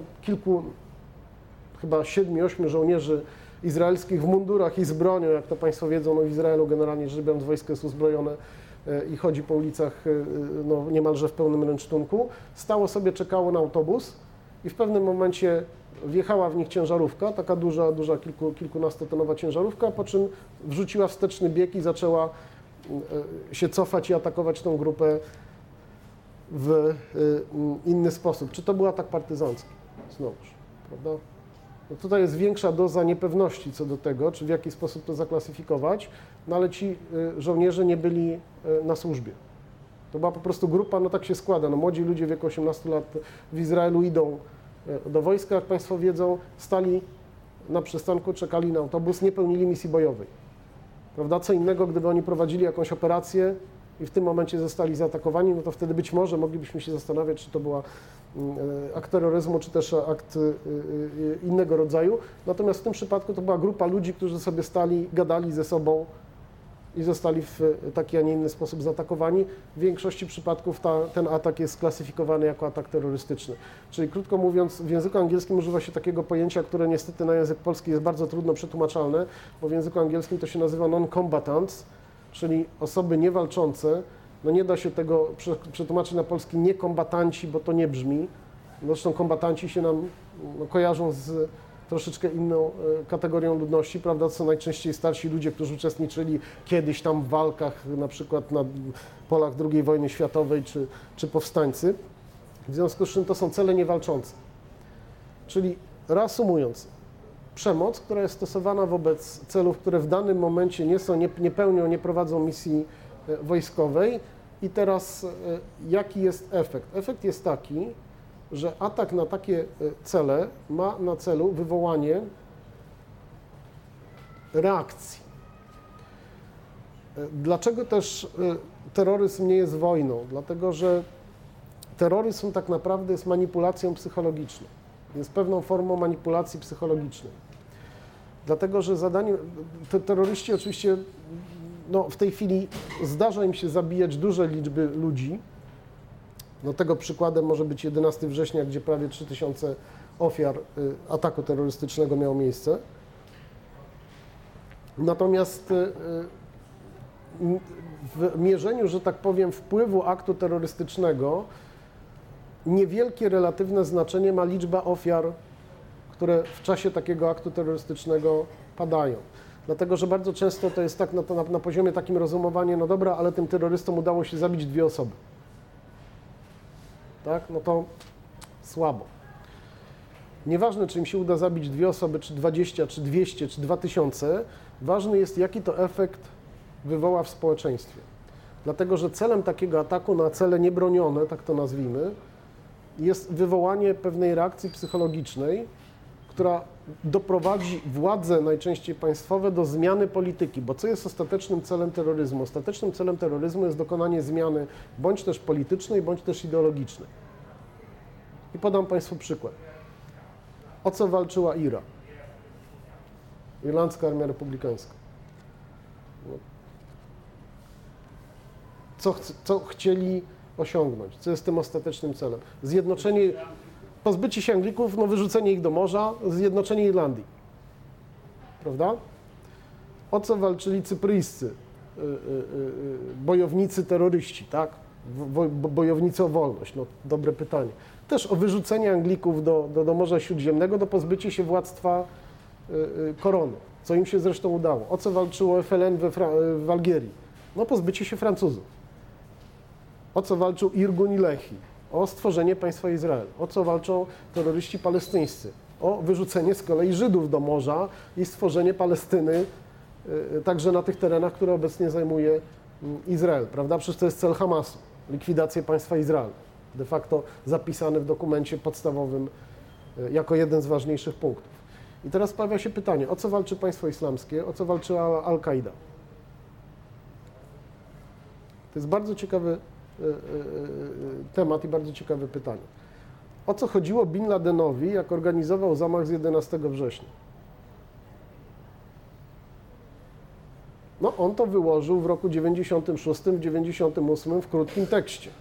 chyba 7-8 żołnierzy izraelskich w mundurach i z bronią, jak to Państwo wiedzą, no w Izraelu generalnie rzecz biorąc wojsko jest uzbrojone i chodzi po ulicach no, niemalże w pełnym rynsztunku, stało sobie, czekało na autobus i w pewnym momencie wjechała w nich ciężarówka, taka duża kilkunastotonowa ciężarówka, po czym wrzuciła wsteczny bieg i zaczęła się cofać i atakować tą grupę w inny sposób. Czy to był atak partyzancki? Znowuż, prawda? No tutaj jest większa doza niepewności co do tego, czy w jaki sposób to zaklasyfikować, no ale ci żołnierze nie byli na służbie. To była po prostu grupa, no tak się składa, no młodzi ludzie w wieku 18 lat w Izraelu idą do wojska, jak Państwo wiedzą, stali na przystanku, czekali na autobus, nie pełnili misji bojowej. Prawda? Co innego, gdyby oni prowadzili jakąś operację i w tym momencie zostali zaatakowani, no to wtedy być może moglibyśmy się zastanawiać, czy to była akt terroryzmu, czy też akt innego rodzaju. Natomiast w tym przypadku to była grupa ludzi, którzy sobie stali, gadali ze sobą i zostali w taki, a nie inny sposób zaatakowani. W większości przypadków ten atak jest klasyfikowany jako atak terrorystyczny. Czyli krótko mówiąc, w języku angielskim używa się takiego pojęcia, które niestety na język polski jest bardzo trudno przetłumaczalne, bo w języku angielskim to się nazywa non-combatants, czyli osoby niewalczące. No nie da się tego przetłumaczyć na polski niekombatanci, bo to nie brzmi. Zresztą kombatanci się nam kojarzą z troszeczkę inną kategorią ludności, prawda? To są najczęściej starsi ludzie, którzy uczestniczyli kiedyś tam w walkach, na przykład na polach II wojny światowej, czy powstańcy. W związku z czym to są cele niewalczące. Czyli reasumując, przemoc, która jest stosowana wobec celów, które w danym momencie nie pełnią, nie prowadzą misji wojskowej. I teraz jaki jest efekt? Efekt jest taki, że atak na takie cele ma na celu wywołanie reakcji. Dlaczego też terroryzm nie jest wojną? Dlatego, że terroryzm tak naprawdę jest manipulacją psychologiczną. Jest pewną formą manipulacji psychologicznej. Dlatego, że terroryści oczywiście, no, w tej chwili zdarza im się zabijać duże liczby ludzi. No, tego przykładem może być 11 września, gdzie prawie 3000 ofiar ataku terrorystycznego miało miejsce. Natomiast w mierzeniu, że tak powiem, wpływu aktu terrorystycznego niewielkie relatywne znaczenie ma liczba ofiar, które w czasie takiego aktu terrorystycznego padają. Dlatego, że bardzo często to jest tak na poziomie takim rozumowania, no dobra, ale tym terrorystom udało się zabić 2 osoby. Tak? No to słabo. Nieważne, czy im się uda zabić 2 osoby, czy 20, czy 200, czy 2000, ważny jest, jaki to efekt wywoła w społeczeństwie. Dlatego, że celem takiego ataku na cele niebronione, tak to nazwijmy, jest wywołanie pewnej reakcji psychologicznej, która doprowadzi władze, najczęściej państwowe, do zmiany polityki. Bo co jest ostatecznym celem terroryzmu? Ostatecznym celem terroryzmu jest dokonanie zmiany bądź też politycznej, bądź też ideologicznej. I podam Państwu przykład. O co walczyła IRA? Irlandzka Armia Republikańska. Co chcieli osiągnąć? Co jest tym ostatecznym celem? Zjednoczenie, pozbycie się Anglików, no wyrzucenie ich do morza, zjednoczenie Irlandii. Prawda? O co walczyli cypryjscy bojownicy terroryści, tak? Bojownicy o wolność, no dobre pytanie. Też o wyrzucenie Anglików do Morza Śródziemnego, do pozbycia się władztwa korony, co im się zresztą udało. O co walczyło FLN w Algierii? No pozbycie się Francuzów. O co walczył Irgun i Lehi? O stworzenie państwa Izrael. O co walczą terroryści palestyńscy? O wyrzucenie z kolei Żydów do morza i stworzenie Palestyny także na tych terenach, które obecnie zajmuje Izrael, prawda? Przecież to jest cel Hamasu, likwidacja państwa Izrael, de facto zapisany w dokumencie podstawowym jako jeden z ważniejszych punktów. I teraz pojawia się pytanie, o co walczy państwo islamskie, o co walczyła Al-Kaida? To jest bardzo ciekawy temat i bardzo ciekawe pytanie. O co chodziło Bin Ladenowi, jak organizował zamach z 11 września? No, on to wyłożył w roku 96, w 98 w krótkim tekście.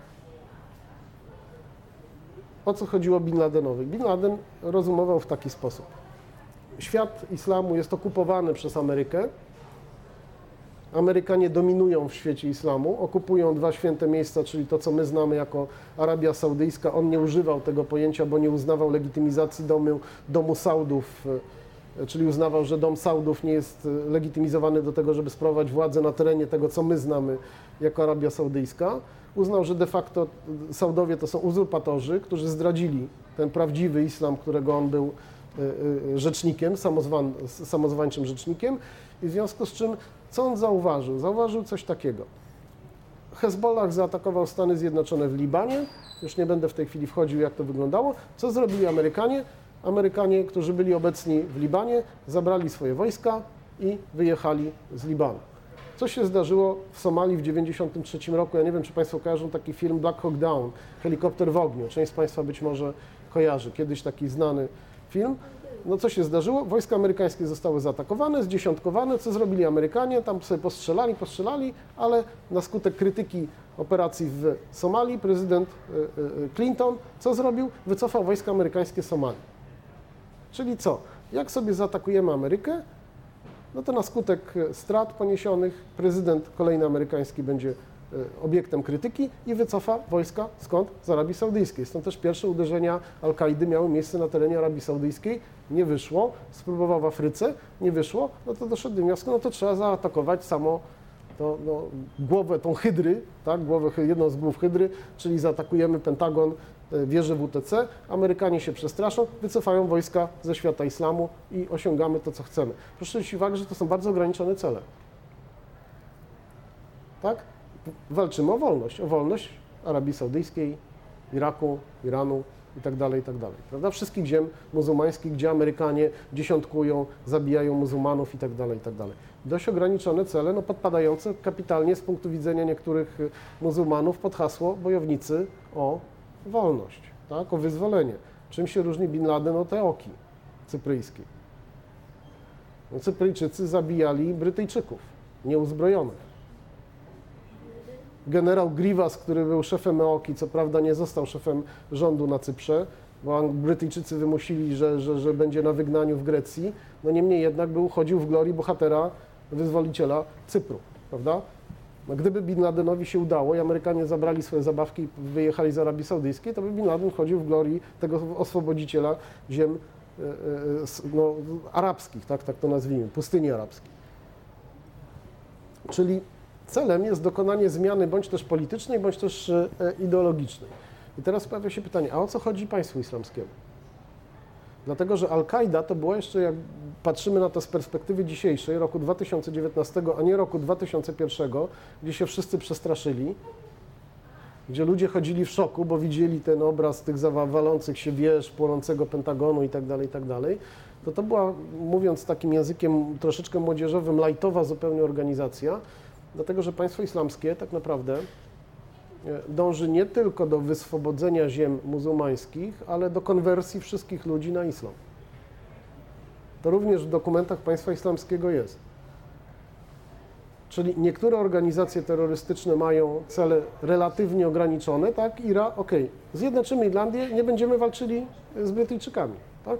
O co chodziło Bin Ladenowi? Bin Laden rozumował w taki sposób. Świat islamu jest okupowany przez Amerykę. Amerykanie dominują w świecie islamu, okupują 2 święte miejsca, czyli to, co my znamy jako Arabia Saudyjska. On nie używał tego pojęcia, bo nie uznawał legitymizacji domu Saudów, czyli uznawał, że dom Saudów nie jest legitymizowany do tego, żeby sprawować władzę na terenie tego, co my znamy jako Arabia Saudyjska. Uznał, że de facto Saudowie to są uzurpatorzy, którzy zdradzili ten prawdziwy islam, którego on był rzecznikiem, samozwańczym rzecznikiem. I w związku z czym, co on zauważył? Zauważył coś takiego. Hezbollah zaatakował Stany Zjednoczone w Libanie. Już nie będę w tej chwili wchodził, jak to wyglądało. Co zrobili Amerykanie? Amerykanie, którzy byli obecni w Libanie, zabrali swoje wojska i wyjechali z Libanu. Co się zdarzyło w Somalii w 1993 roku? Ja nie wiem, czy Państwo kojarzą taki film Black Hawk Down, Helikopter w ogniu. Część z Państwa być może kojarzy. Kiedyś taki znany film. No co się zdarzyło? Wojska amerykańskie zostały zaatakowane, zdziesiątkowane. Co zrobili Amerykanie? Tam sobie postrzelali, ale na skutek krytyki operacji w Somalii prezydent Clinton co zrobił? Wycofał wojska amerykańskie z Somalii. Czyli co? Jak sobie zaatakujemy Amerykę, no to na skutek strat poniesionych prezydent kolejny amerykański będzie obiektem krytyki i wycofa wojska skąd? Z Arabii Saudyjskiej. Stąd też pierwsze uderzenia Al-Kaidy miały miejsce na terenie Arabii Saudyjskiej. Nie wyszło. Spróbował w Afryce. Nie wyszło. No to doszedł do wniosku, no to trzeba zaatakować samo to głowę tą hydry, tak, jedną z głów hydry, czyli zaatakujemy Pentagon, wieżę WTC, Amerykanie się przestraszą, wycofają wojska ze świata islamu i osiągamy to, co chcemy. Proszę zwrócić uwagę, że to są bardzo ograniczone cele. Tak? Walczymy o wolność Arabii Saudyjskiej, Iraku, Iranu i tak dalej, prawda? Wszystkich ziem muzułmańskich, gdzie Amerykanie dziesiątkują, zabijają muzułmanów i tak dalej. Dość ograniczone cele, podpadające kapitalnie z punktu widzenia niektórych muzułmanów pod hasło bojownicy o wolność, tak? O wyzwolenie. Czym się różni Bin Laden od Eoki cypryjskiej? Cypryjczycy zabijali Brytyjczyków, nieuzbrojonych. Generał Grivas, który był szefem EOKi, co prawda nie został szefem rządu na Cyprze, bo Brytyjczycy wymusili, że będzie na wygnaniu w Grecji, niemniej jednak chodził w glorii bohatera, wyzwoliciela Cypru, prawda? Gdyby Bin Ladenowi się udało i Amerykanie zabrali swoje zabawki i wyjechali z Arabii Saudyjskiej, to by Bin Laden chodził w glorii tego oswobodziciela ziem arabskich, tak to nazwijmy, pustyni arabskiej. Czyli celem jest dokonanie zmiany bądź też politycznej, bądź też ideologicznej. I teraz pojawia się pytanie, a o co chodzi państwu islamskiemu? Dlatego, że Al-Kaida to była jeszcze, jak patrzymy na to z perspektywy dzisiejszej, roku 2019, a nie roku 2001, gdzie się wszyscy przestraszyli, gdzie ludzie chodzili w szoku, bo widzieli ten obraz tych walących się wież, płonącego Pentagonu i tak dalej, to była, mówiąc takim językiem troszeczkę młodzieżowym, lajtowa zupełnie organizacja, dlatego, że państwo islamskie tak naprawdę dąży nie tylko do wyswobodzenia ziem muzułmańskich, ale do konwersji wszystkich ludzi na islam. To również w dokumentach państwa islamskiego jest. Czyli niektóre organizacje terrorystyczne mają cele relatywnie ograniczone, tak? Zjednoczymy Irlandię, nie będziemy walczyli z Brytyjczykami, tak?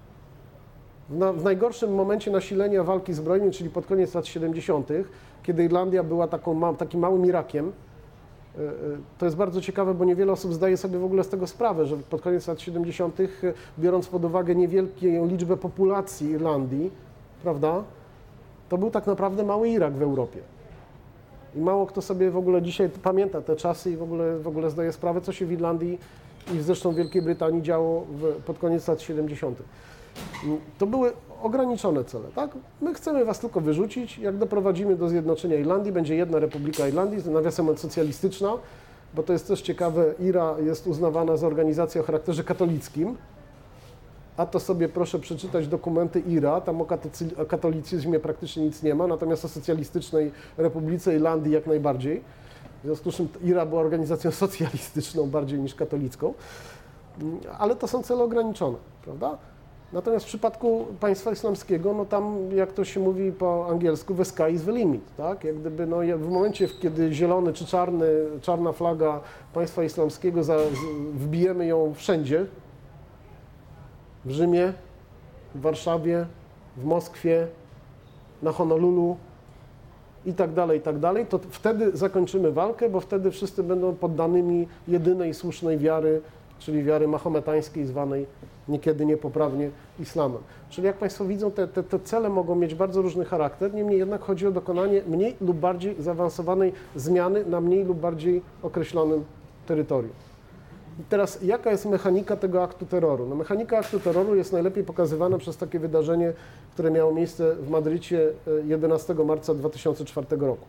W najgorszym momencie nasilenia walki zbrojnej, czyli pod koniec lat 70., kiedy Irlandia była takim małym Irakiem, to jest bardzo ciekawe, bo niewiele osób zdaje sobie w ogóle z tego sprawę, że pod koniec lat 70., biorąc pod uwagę niewielką liczbę populacji Irlandii, prawda, to był tak naprawdę mały Irak w Europie. I mało kto sobie w ogóle dzisiaj pamięta te czasy i w ogóle zdaje sprawę, co się w Irlandii i zresztą w Wielkiej Brytanii działo pod koniec lat 70. To były ograniczone cele, tak? My chcemy was tylko wyrzucić, jak doprowadzimy do zjednoczenia Irlandii, będzie jedna Republika Irlandii, nawiasem mówiąc socjalistyczna, bo to jest też ciekawe, IRA jest uznawana za organizację o charakterze katolickim, a to sobie proszę przeczytać dokumenty IRA, tam o katolicyzmie praktycznie nic nie ma, natomiast o socjalistycznej Republice Irlandii jak najbardziej. W związku z czym IRA była organizacją socjalistyczną bardziej niż katolicką, ale to są cele ograniczone, prawda? Natomiast w przypadku państwa islamskiego, tam jak to się mówi po angielsku, the sky is the limit, tak? Jak gdyby, w momencie, kiedy zielony czy czarna flaga państwa islamskiego, wbijemy ją wszędzie, w Rzymie, w Warszawie, w Moskwie, na Honolulu i tak dalej, to wtedy zakończymy walkę, bo wtedy wszyscy będą poddanymi jedynej słusznej wiary, czyli wiary mahometańskiej, zwanej niekiedy niepoprawnie islamem. Czyli jak państwo widzą, te cele mogą mieć bardzo różny charakter, niemniej jednak chodzi o dokonanie mniej lub bardziej zaawansowanej zmiany na mniej lub bardziej określonym terytorium. I teraz jaka jest mechanika tego aktu terroru? Mechanika aktu terroru jest najlepiej pokazywana przez takie wydarzenie, które miało miejsce w Madrycie 11 marca 2004 roku.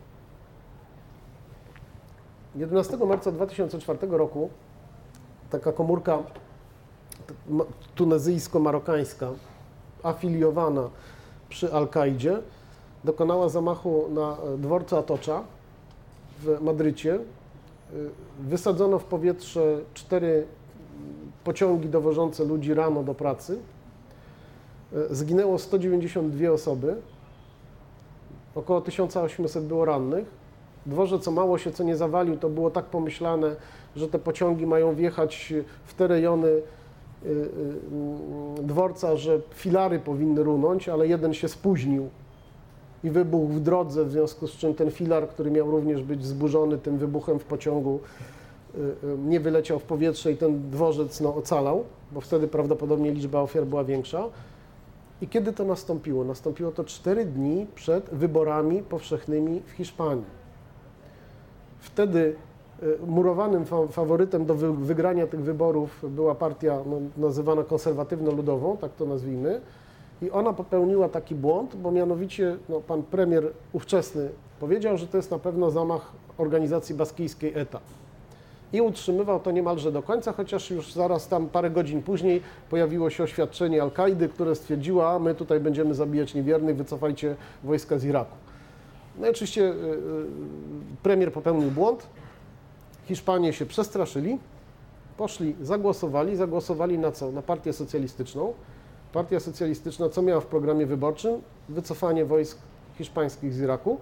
11 marca 2004 roku taka komórka tunezyjsko-marokańska afiliowana przy Al-Kaidzie dokonała zamachu na dworcu Atocza w Madrycie. Wysadzono w powietrze 4 pociągi dowożące ludzi rano do pracy. Zginęło 192 osoby, około 1800 było rannych. Dworzec, co mało się co nie zawalił, to było tak pomyślane, że te pociągi mają wjechać w te rejony dworca, że filary powinny runąć, ale jeden się spóźnił i wybuchł w drodze, w związku z czym ten filar, który miał również być zburzony tym wybuchem w pociągu, nie wyleciał w powietrze i ten dworzec ocalał, bo wtedy prawdopodobnie liczba ofiar była większa. I kiedy to nastąpiło? Nastąpiło to 4 dni przed wyborami powszechnymi w Hiszpanii. Wtedy murowanym faworytem do wygrania tych wyborów była partia nazywana konserwatywno-ludową, tak to nazwijmy. I ona popełniła taki błąd, bo mianowicie pan premier ówczesny powiedział, że to jest na pewno zamach organizacji baskijskiej ETA. I utrzymywał to niemalże do końca, chociaż już zaraz tam parę godzin później pojawiło się oświadczenie Al-Kaidy, które stwierdziło, a my tutaj będziemy zabijać niewiernych, wycofajcie wojska z Iraku. No i oczywiście premier popełnił błąd, Hiszpanie się przestraszyli, poszli, zagłosowali na co? Na partię socjalistyczną. Partia socjalistyczna co miała w programie wyborczym? Wycofanie wojsk hiszpańskich z Iraku.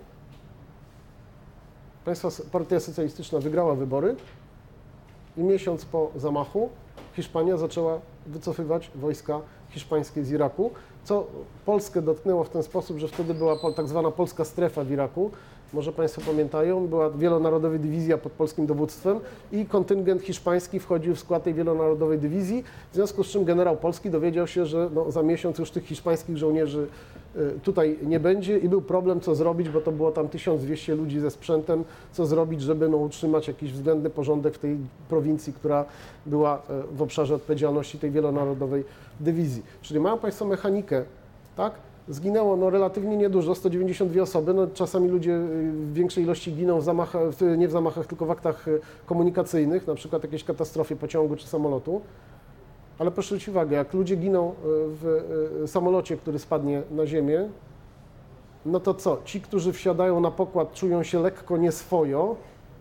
Partia socjalistyczna wygrała wybory i miesiąc po zamachu Hiszpania zaczęła wycofywać wojska hiszpańskie z Iraku, co Polskę dotknęło w ten sposób, że wtedy była tak zwana polska strefa w Iraku. Może Państwo pamiętają, była wielonarodowa dywizja pod polskim dowództwem i kontyngent hiszpański wchodził w skład tej wielonarodowej dywizji, w związku z czym generał polski dowiedział się, że za miesiąc już tych hiszpańskich żołnierzy tutaj nie będzie i był problem, co zrobić, bo to było tam 1200 ludzi ze sprzętem, co zrobić, żeby utrzymać jakiś względny porządek w tej prowincji, która była w obszarze odpowiedzialności tej wielonarodowej dywizji. Czyli mają Państwo mechanikę, tak? Zginęło relatywnie niedużo, 192 osoby. Czasami ludzie w większej ilości giną w zamachach, nie w zamachach, tylko w aktach komunikacyjnych, na przykład jakiejś katastrofie pociągu czy samolotu. Ale proszę zwrócić uwagę, jak ludzie giną w samolocie, który spadnie na ziemię, no to co? Ci, którzy wsiadają na pokład, czują się lekko nieswojo,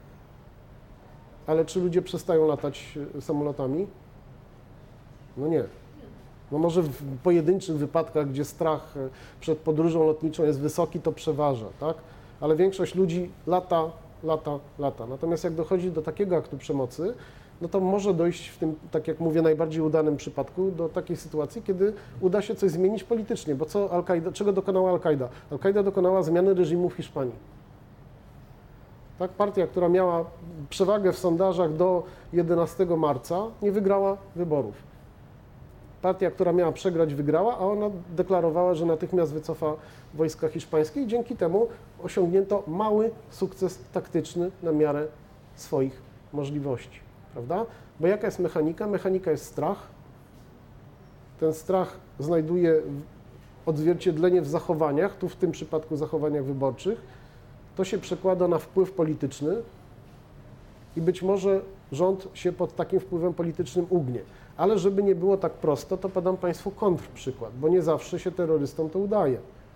ale czy ludzie przestają latać samolotami? No nie. No może w pojedynczych wypadkach, gdzie strach przed podróżą lotniczą jest wysoki, to przeważa, tak? Ale większość ludzi lata. Natomiast jak dochodzi do takiego aktu przemocy, no to może dojść w tym, tak jak mówię, najbardziej udanym przypadku do takiej sytuacji, kiedy uda się coś zmienić politycznie, bo czego dokonała Al-Kaida? Al-Kaida dokonała zmiany reżimu w Hiszpanii. Tak, partia, która miała przewagę w sondażach do 11 marca, nie wygrała wyborów. Partia, która miała przegrać, wygrała, a ona deklarowała, że natychmiast wycofa wojska hiszpańskie i dzięki temu osiągnięto mały sukces taktyczny na miarę swoich możliwości, prawda? Bo jaka jest mechanika? Mechanika jest strach. Ten strach znajduje odzwierciedlenie w zachowaniach, tu w tym przypadku zachowaniach wyborczych. To się przekłada na wpływ polityczny i być może rząd się pod takim wpływem politycznym ugnie. Ale żeby nie było tak prosto, to podam Państwu kontrprzykład, bo nie zawsze się terrorystom to udaje.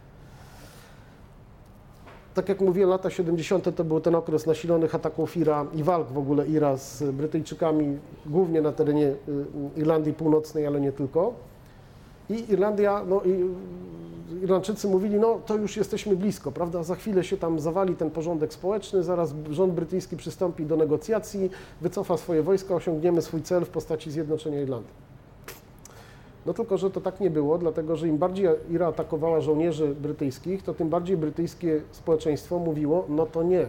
Tak jak mówiłem, lata 70. to był ten okres nasilonych ataków IRA i walk w ogóle IRA z Brytyjczykami, głównie na terenie Irlandii Północnej, ale nie tylko. I Irlandczycy mówili, no to już jesteśmy blisko, prawda, za chwilę się tam zawali ten porządek społeczny, zaraz rząd brytyjski przystąpi do negocjacji, wycofa swoje wojska, osiągniemy swój cel w postaci zjednoczenia Irlandii. No tylko, że to tak nie było, dlatego że im bardziej IRA atakowała żołnierzy brytyjskich, to tym bardziej brytyjskie społeczeństwo mówiło, no to nie.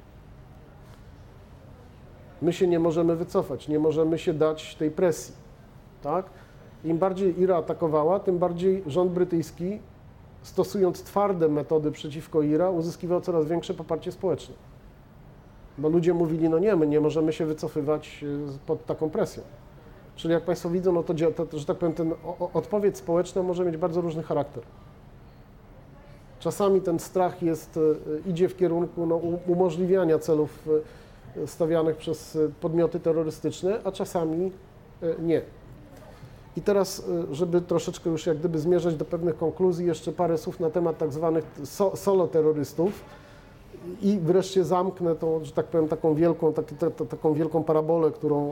My się nie możemy wycofać, nie możemy się dać tej presji, tak? Im bardziej IRA atakowała, tym bardziej rząd brytyjski, stosując twarde metody przeciwko IRA, uzyskiwał coraz większe poparcie społeczne. Bo ludzie mówili, no nie, my nie możemy się wycofywać pod taką presją. Czyli jak Państwo widzą, no to że tak powiem, ten odpowiedź społeczna może mieć bardzo różny charakter. Czasami ten strach idzie w kierunku umożliwiania celów stawianych przez podmioty terrorystyczne, a czasami nie. I teraz, żeby troszeczkę już jak gdyby zmierzać do pewnych konkluzji, jeszcze parę słów na temat tak zwanych solo-terrorystów i wreszcie zamknę tą, że tak powiem, taką wielką parabolę, którą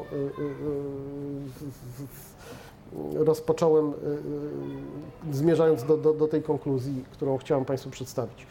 rozpocząłem, zmierzając do tej konkluzji, którą chciałem Państwu przedstawić.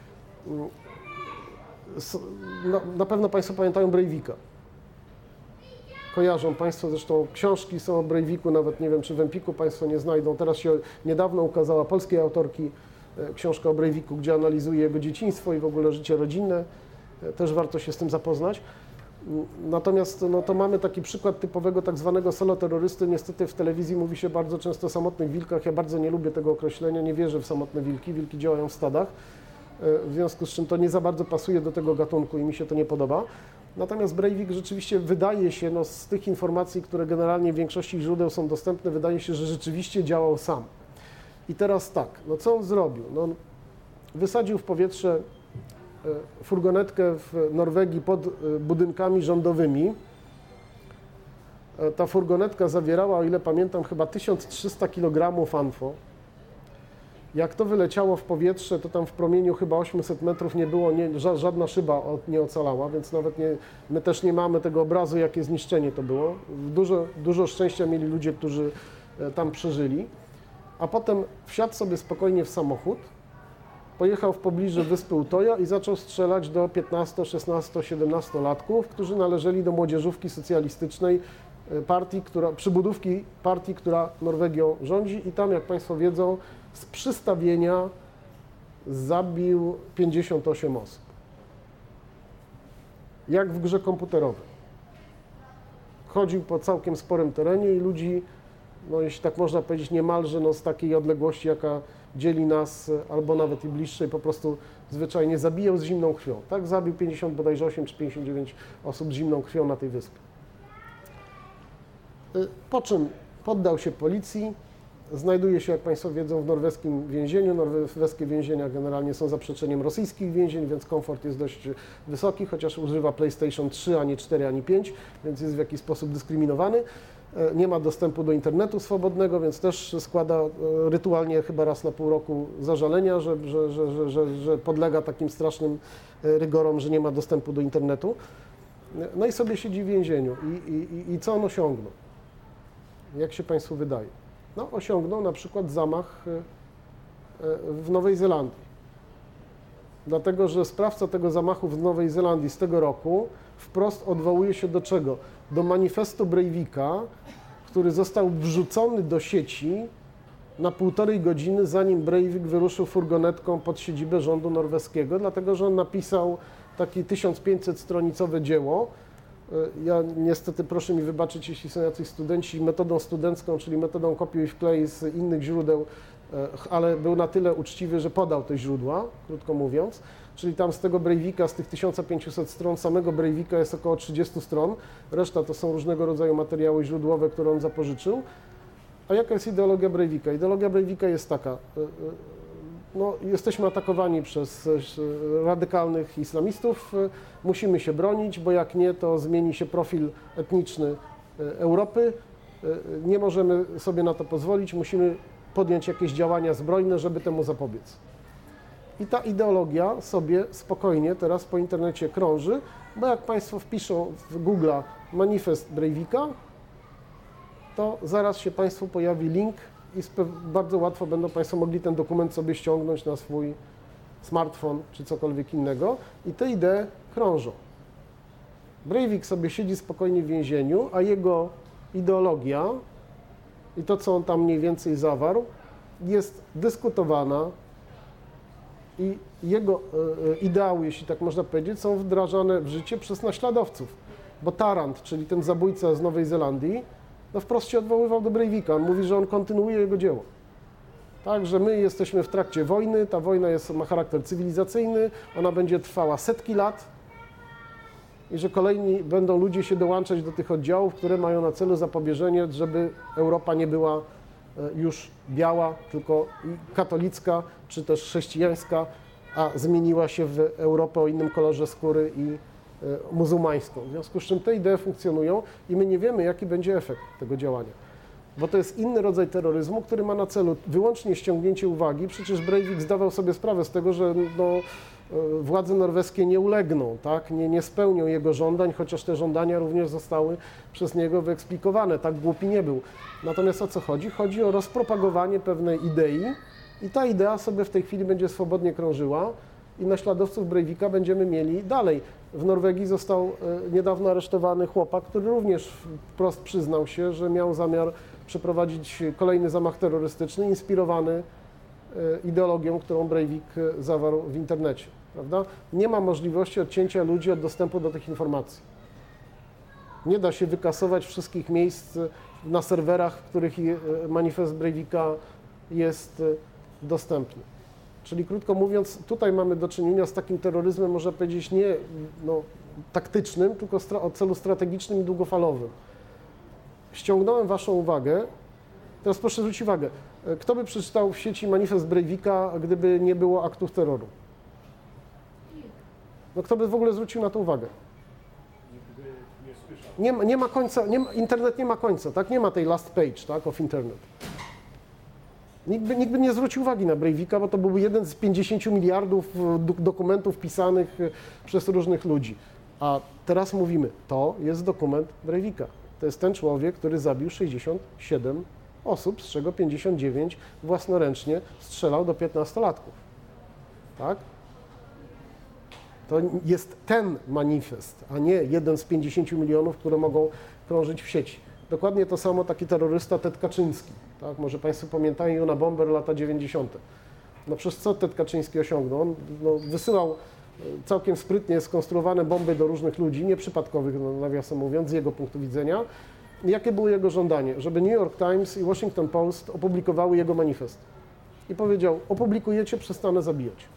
Na pewno Państwo pamiętają Breivika. Kojarzą Państwo, zresztą książki są o Breiviku, nawet nie wiem, czy w Empiku Państwo nie znajdą. Teraz się niedawno ukazała polskiej autorki książka o Breiviku, gdzie analizuje jego dzieciństwo i w ogóle życie rodzinne. Też warto się z tym zapoznać. Natomiast to mamy taki przykład typowego tak zwanego solo-terrorysty. Niestety w telewizji mówi się bardzo często o samotnych wilkach. Ja bardzo nie lubię tego określenia, nie wierzę w samotne wilki. Wilki działają w stadach. w związku z czym to nie za bardzo pasuje do tego gatunku i mi się to nie podoba. Natomiast Breivik rzeczywiście wydaje się, no, z tych informacji, które generalnie w większości źródeł są dostępne, wydaje się, że rzeczywiście działał sam. I teraz tak, no co on zrobił? No, on wysadził w powietrze furgonetkę w Norwegii pod budynkami rządowymi. Ta furgonetka zawierała, o ile pamiętam, chyba 1300 kg ANFO. Jak to wyleciało w powietrze, to tam w promieniu chyba 800 metrów nie było, żadna szyba nie ocalała, więc nawet my też nie mamy tego obrazu, jakie zniszczenie to było. Dużo szczęścia mieli ludzie, którzy tam przeżyli. A potem wsiadł sobie spokojnie w samochód, pojechał w pobliże wyspy Utoja i zaczął strzelać do 15, 16, 17-latków, którzy należeli do młodzieżówki socjalistycznej przybudówki partii, która Norwegią rządzi, i tam, jak Państwo wiedzą, z przystawienia zabił 58 osób. Jak w grze komputerowej. Chodził po całkiem sporym terenie i ludzi, no jeśli tak można powiedzieć, niemalże no, z takiej odległości, jaka dzieli nas, albo nawet i bliższej, po prostu zwyczajnie zabijał z zimną krwią. Tak zabił 50, bodajże 8 czy 59 osób z zimną krwią na tej wyspie. Po czym poddał się policji, znajduje się, jak Państwo wiedzą, w norweskim więzieniu. Norweskie więzienia generalnie są zaprzeczeniem rosyjskich więzień, więc komfort jest dość wysoki, chociaż używa PlayStation 3, a nie 4, ani 5, więc jest w jakiś sposób dyskryminowany. Nie ma dostępu do internetu swobodnego, więc też składa rytualnie chyba raz na pół roku zażalenia, że podlega takim strasznym rygorom, że nie ma dostępu do internetu. No i sobie siedzi w więzieniu. I co on osiągnął? Jak się Państwu wydaje? No, osiągnął na przykład zamach w Nowej Zelandii. Dlatego, że sprawca tego zamachu w Nowej Zelandii z tego roku wprost odwołuje się do czego? Do manifestu Breivika, który został wrzucony do sieci na 1,5 godziny, zanim Breivik wyruszył furgonetką pod siedzibę rządu norweskiego, dlatego, że on napisał takie 1500-stronicowe dzieło. Ja niestety, proszę mi wybaczyć, jeśli są jacyś studenci, metodą studencką, czyli metodą kopiuj i wklej z innych źródeł, ale był na tyle uczciwy, że podał te źródła, krótko mówiąc. Czyli tam z tego Breivika, z tych 1500 stron samego Breivika jest około 30 stron. Reszta to są różnego rodzaju materiały źródłowe, które on zapożyczył. A jaka jest ideologia Breivika? Ideologia Breivika jest taka. No, jesteśmy atakowani przez radykalnych islamistów, musimy się bronić, bo jak nie, to zmieni się profil etniczny Europy. Nie możemy sobie na to pozwolić, musimy podjąć jakieś działania zbrojne, żeby temu zapobiec. I ta ideologia sobie spokojnie teraz po internecie krąży, bo jak Państwo wpiszą w Google'a manifest Breivika, to zaraz się Państwu pojawi link i bardzo łatwo będą Państwo mogli ten dokument sobie ściągnąć na swój smartfon czy cokolwiek innego i te idee krążą. Breivik sobie siedzi spokojnie w więzieniu, a jego ideologia i to, co on tam mniej więcej zawarł, jest dyskutowana i jego ideały, jeśli tak można powiedzieć, są wdrażane w życie przez naśladowców. Bo Tarrant, czyli ten zabójca z Nowej Zelandii, no wprost się odwoływał do Breivika. On mówi, że on kontynuuje jego dzieło. Tak, że my jesteśmy w trakcie wojny, ta wojna ma charakter cywilizacyjny, ona będzie trwała setki lat i że kolejni będą ludzie się dołączać do tych oddziałów, które mają na celu zapobieżenie, żeby Europa nie była już biała, tylko katolicka, czy też chrześcijańska, a zmieniła się w Europę o innym kolorze skóry i muzułmańską. W związku z czym te idee funkcjonują i my nie wiemy, jaki będzie efekt tego działania. Bo to jest inny rodzaj terroryzmu, który ma na celu wyłącznie ściągnięcie uwagi. Przecież Breivik zdawał sobie sprawę z tego, że władze norweskie nie ulegną, tak? nie spełnią jego żądań, chociaż te żądania również zostały przez niego wyeksplikowane. Tak głupi nie był. Natomiast o co chodzi? Chodzi o rozpropagowanie pewnej idei i ta idea sobie w tej chwili będzie swobodnie krążyła i naśladowców Breivika będziemy mieli dalej. W Norwegii został niedawno aresztowany chłopak, który również wprost przyznał się, że miał zamiar przeprowadzić kolejny zamach terrorystyczny inspirowany ideologią, którą Breivik zawarł w internecie. Prawda? Nie ma możliwości odcięcia ludzi od dostępu do tych informacji. Nie da się wykasować wszystkich miejsc na serwerach, w których manifest Breivika jest dostępny. Czyli krótko mówiąc, tutaj mamy do czynienia z takim terroryzmem, można powiedzieć, nie taktycznym, tylko o celu strategicznym i długofalowym. Ściągnąłem Waszą uwagę, teraz proszę zwrócić uwagę, kto by przeczytał w sieci manifest Breivika, gdyby nie było aktów terroru? No kto by w ogóle zwrócił na to uwagę? Nie ma końca, internet nie ma końca, tak? Nie ma tej last page, tak, of internet. Nikt by nie zwrócił uwagi na Breivika, bo to był jeden z 50 miliardów dokumentów pisanych przez różnych ludzi. A teraz mówimy, to jest dokument Breivika. To jest ten człowiek, który zabił 67 osób, z czego 59 własnoręcznie strzelał do 15-latków. Tak? To jest ten manifest, a nie jeden z 50 milionów, które mogą krążyć w sieci. Dokładnie to samo taki terrorysta Ted Kaczyński. Tak? Może Państwo pamiętają Juna Bomber lata 90. No przez co Ted Kaczyński osiągnął? On wysyłał całkiem sprytnie skonstruowane bomby do różnych ludzi, nieprzypadkowych, nawiasem mówiąc, z jego punktu widzenia. Jakie było jego żądanie? Żeby New York Times i Washington Post opublikowały jego manifest. I powiedział, opublikujecie, przestanę zabijać.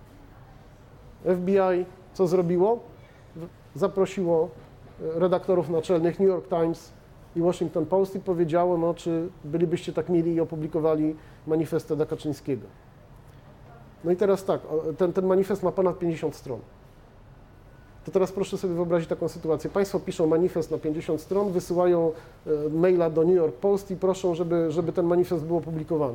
FBI co zrobiło? Zaprosiło redaktorów naczelnych New York Times i Washington Post i powiedziało, no czy bylibyście tak mili i opublikowali manifest Teda Kaczyńskiego. No i teraz tak, ten manifest ma ponad 50 stron. To teraz proszę sobie wyobrazić taką sytuację. Państwo piszą manifest na 50 stron, wysyłają maila do New York Post i proszą, żeby ten manifest był opublikowany.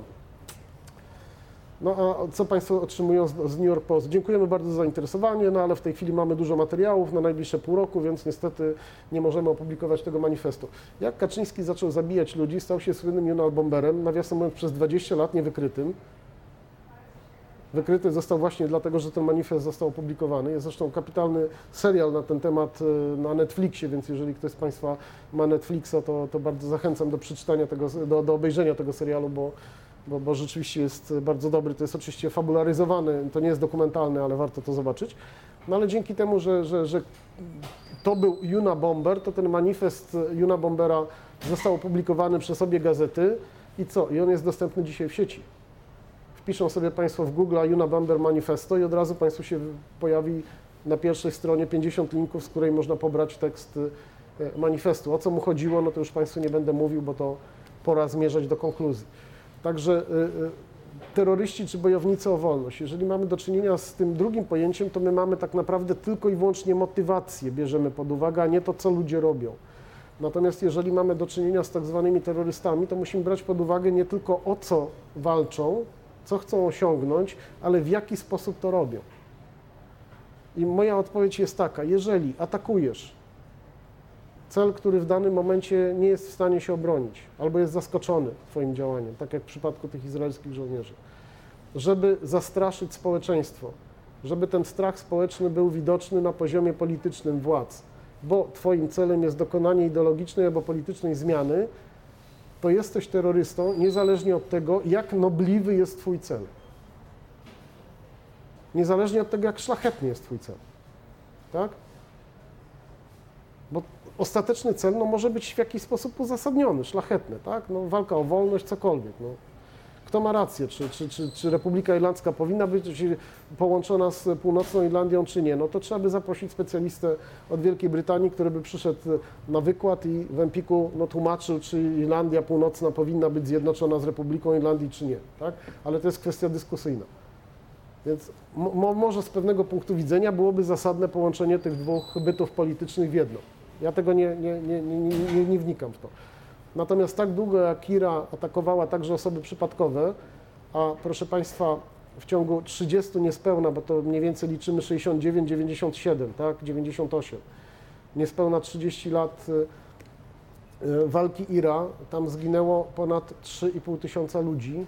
No a co Państwo otrzymują z New York Post? Dziękujemy bardzo za zainteresowanie, no ale w tej chwili mamy dużo materiałów na najbliższe pół roku, więc niestety nie możemy opublikować tego manifestu. Jak Kaczyński zaczął zabijać ludzi, stał się słynnym Unabomberem, nawiasem mówiąc przez 20 lat niewykrytym. Wykryty został właśnie dlatego, że ten manifest został opublikowany. Jest zresztą kapitalny serial na ten temat na Netflixie, więc jeżeli ktoś z Państwa ma Netflixa, to bardzo zachęcam do przeczytania tego, do obejrzenia tego serialu, bo rzeczywiście jest bardzo dobry. To jest oczywiście fabularyzowany, to nie jest dokumentalny, ale warto to zobaczyć. No ale dzięki temu, że to był Unabomber, to ten manifest Unabombera został opublikowany przez obie gazety i co? I on jest dostępny dzisiaj w sieci. Wpiszą sobie Państwo w Google Unabomber Manifesto i od razu Państwu się pojawi na pierwszej stronie 50 linków, z której można pobrać tekst manifestu. O co mu chodziło, no to już Państwu nie będę mówił, bo to pora zmierzać do konkluzji. Także terroryści czy bojownicy o wolność. Jeżeli mamy do czynienia z tym drugim pojęciem, to my mamy tak naprawdę tylko i wyłącznie motywację, bierzemy pod uwagę, a nie to, co ludzie robią. Natomiast jeżeli mamy do czynienia z tak zwanymi terrorystami, to musimy brać pod uwagę nie tylko o co walczą, co chcą osiągnąć, ale w jaki sposób to robią. I moja odpowiedź jest taka, jeżeli atakujesz cel, który w danym momencie nie jest w stanie się obronić, albo jest zaskoczony Twoim działaniem, tak jak w przypadku tych izraelskich żołnierzy, żeby zastraszyć społeczeństwo, żeby ten strach społeczny był widoczny na poziomie politycznym władz, bo Twoim celem jest dokonanie ideologicznej albo politycznej zmiany, to jesteś terrorystą, niezależnie od tego, jak nobliwy jest Twój cel. Niezależnie od tego, jak szlachetny jest Twój cel. Tak? Bo ostateczny cel może być w jakiś sposób uzasadniony, szlachetny, tak? Walka o wolność, cokolwiek. Kto ma rację? Czy Republika Irlandzka powinna być połączona z północną Irlandią, czy nie? No to trzeba by zaprosić specjalistę od Wielkiej Brytanii, który by przyszedł na wykład i w Empiku tłumaczył, czy Irlandia Północna powinna być zjednoczona z Republiką Irlandii, czy nie. Tak? Ale to jest kwestia dyskusyjna. Więc może z pewnego punktu widzenia byłoby zasadne połączenie tych dwóch bytów politycznych w jedno. Ja tego nie wnikam w to. Natomiast tak długo jak IRA atakowała także osoby przypadkowe, a proszę Państwa, w ciągu 30 niespełna, bo to mniej więcej liczymy 69, 97, tak, 98, niespełna 30 lat walki IRA, tam zginęło ponad 3,5 tysiąca ludzi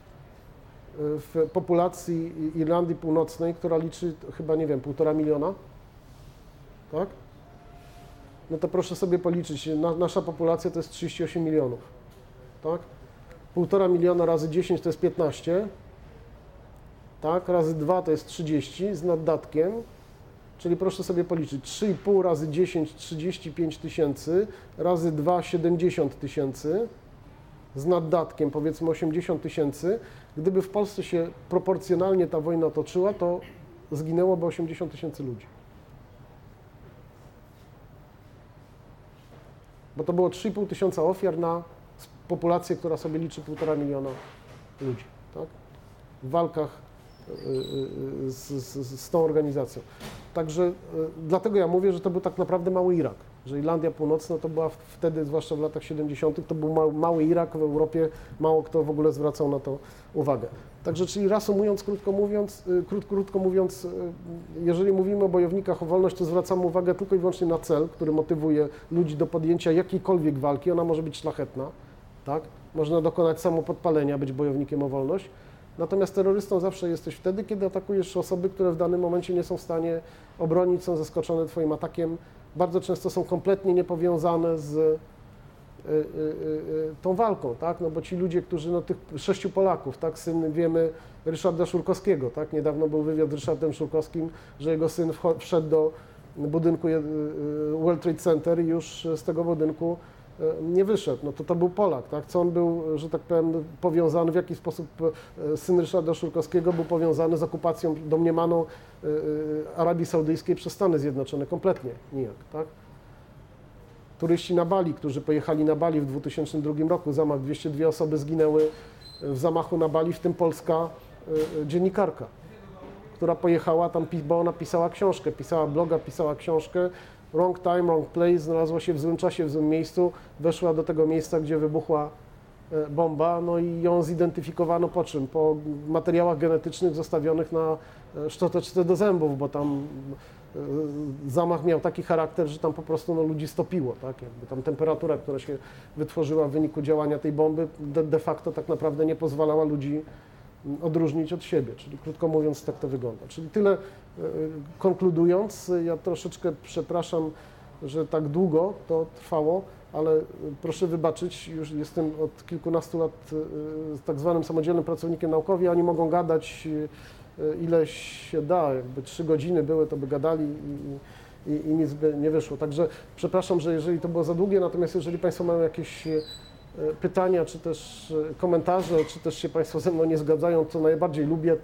w populacji Irlandii Północnej, która liczy chyba, nie wiem, 1,5 miliona, tak? No to proszę sobie policzyć, nasza populacja to jest 38 milionów, tak? 1,5 miliona razy 10 to jest 15, tak? Razy 2 to jest 30 z naddatkiem, czyli proszę sobie policzyć, 3,5 razy 10, 35 tysięcy, razy 2, 70 tysięcy, z naddatkiem, powiedzmy 80 000, gdyby w Polsce się proporcjonalnie ta wojna toczyła, to zginęłoby 80 000 ludzi. Bo to było 3,5 tysiąca ofiar na populację, która sobie liczy 1,5 miliona ludzi, tak? W walkach z tą organizacją. Także dlatego ja mówię, że to był tak naprawdę mały Irak, że Irlandia Północna to była wtedy, zwłaszcza w latach 70., to był mały Irak w Europie, mało kto w ogóle zwracał na to uwagę. Także, czyli reasumując, krótko mówiąc, jeżeli mówimy o bojownikach o wolność, to zwracamy uwagę tylko i wyłącznie na cel, który motywuje ludzi do podjęcia jakiejkolwiek walki, ona może być szlachetna, tak? Można dokonać samopodpalenia, być bojownikiem o wolność. Natomiast terrorystą zawsze jesteś wtedy, kiedy atakujesz osoby, które w danym momencie nie są w stanie obronić, są zaskoczone Twoim atakiem. Bardzo często są kompletnie niepowiązane z tą walką, tak? No bo ci ludzie, którzy, no tych 6 Polaków, tak? Syn, wiemy, Ryszarda Szurkowskiego, tak? Niedawno był wywiad z Ryszardem Szurkowskim, że jego syn wszedł do budynku World Trade Center i już z tego budynku nie wyszedł. No to był Polak, tak? Co on był, że tak powiem, powiązany, w jaki sposób syn Ryszarda Szurkowskiego był powiązany z okupacją domniemaną Arabii Saudyjskiej przez Stany Zjednoczone? Kompletnie nijak, tak? Turyści na Bali, którzy pojechali na Bali w 2002 roku, zamach, 202 osoby zginęły w zamachu na Bali, w tym polska dziennikarka, która pojechała tam, bo ona pisała książkę, pisała bloga, pisała książkę, wrong time, wrong place, znalazła się w złym czasie, w złym miejscu, weszła do tego miejsca, gdzie wybuchła bomba, no i ją zidentyfikowano po czym? Po materiałach genetycznych zostawionych na szczoteczce do zębów, bo tam zamach miał taki charakter, że tam po prostu ludzi stopiło, tak? Jakby tam temperatura, która się wytworzyła w wyniku działania tej bomby, de facto tak naprawdę nie pozwalała ludzi odróżnić od siebie, czyli krótko mówiąc tak to wygląda. Czyli tyle konkludując, ja troszeczkę przepraszam, że tak długo to trwało, ale proszę wybaczyć, już jestem od kilkunastu lat tak zwanym samodzielnym pracownikiem naukowym, oni mogą gadać ileś się da, jakby 3 godziny były, to by gadali i nic by nie wyszło. Także przepraszam, że jeżeli to było za długie, natomiast jeżeli Państwo mają jakieś pytania, czy też komentarze, czy też się Państwo ze mną nie zgadzają, co najbardziej lubię,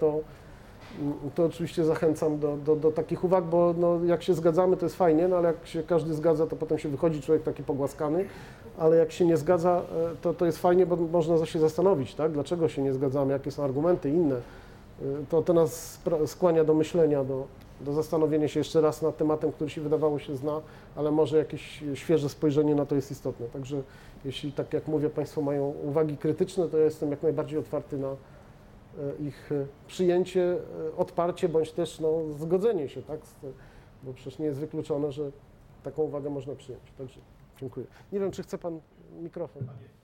to oczywiście zachęcam do takich uwag, bo no, jak się zgadzamy, to jest fajnie, no ale jak się każdy zgadza, to potem się wychodzi człowiek taki pogłaskany, ale jak się nie zgadza, to jest fajnie, bo można się zastanowić, tak? Dlaczego się nie zgadzamy, jakie są argumenty inne. To nas skłania do myślenia, do zastanowienia się jeszcze raz nad tematem, który się wydawało się zna, ale może jakieś świeże spojrzenie na to jest istotne. Także jeśli, tak jak mówię, Państwo mają uwagi krytyczne, to ja jestem jak najbardziej otwarty na ich przyjęcie, odparcie, bądź też zgodzenie się, tak? Bo przecież nie jest wykluczone, że taką uwagę można przyjąć. Także dziękuję. Nie wiem, czy chce Pan mikrofon.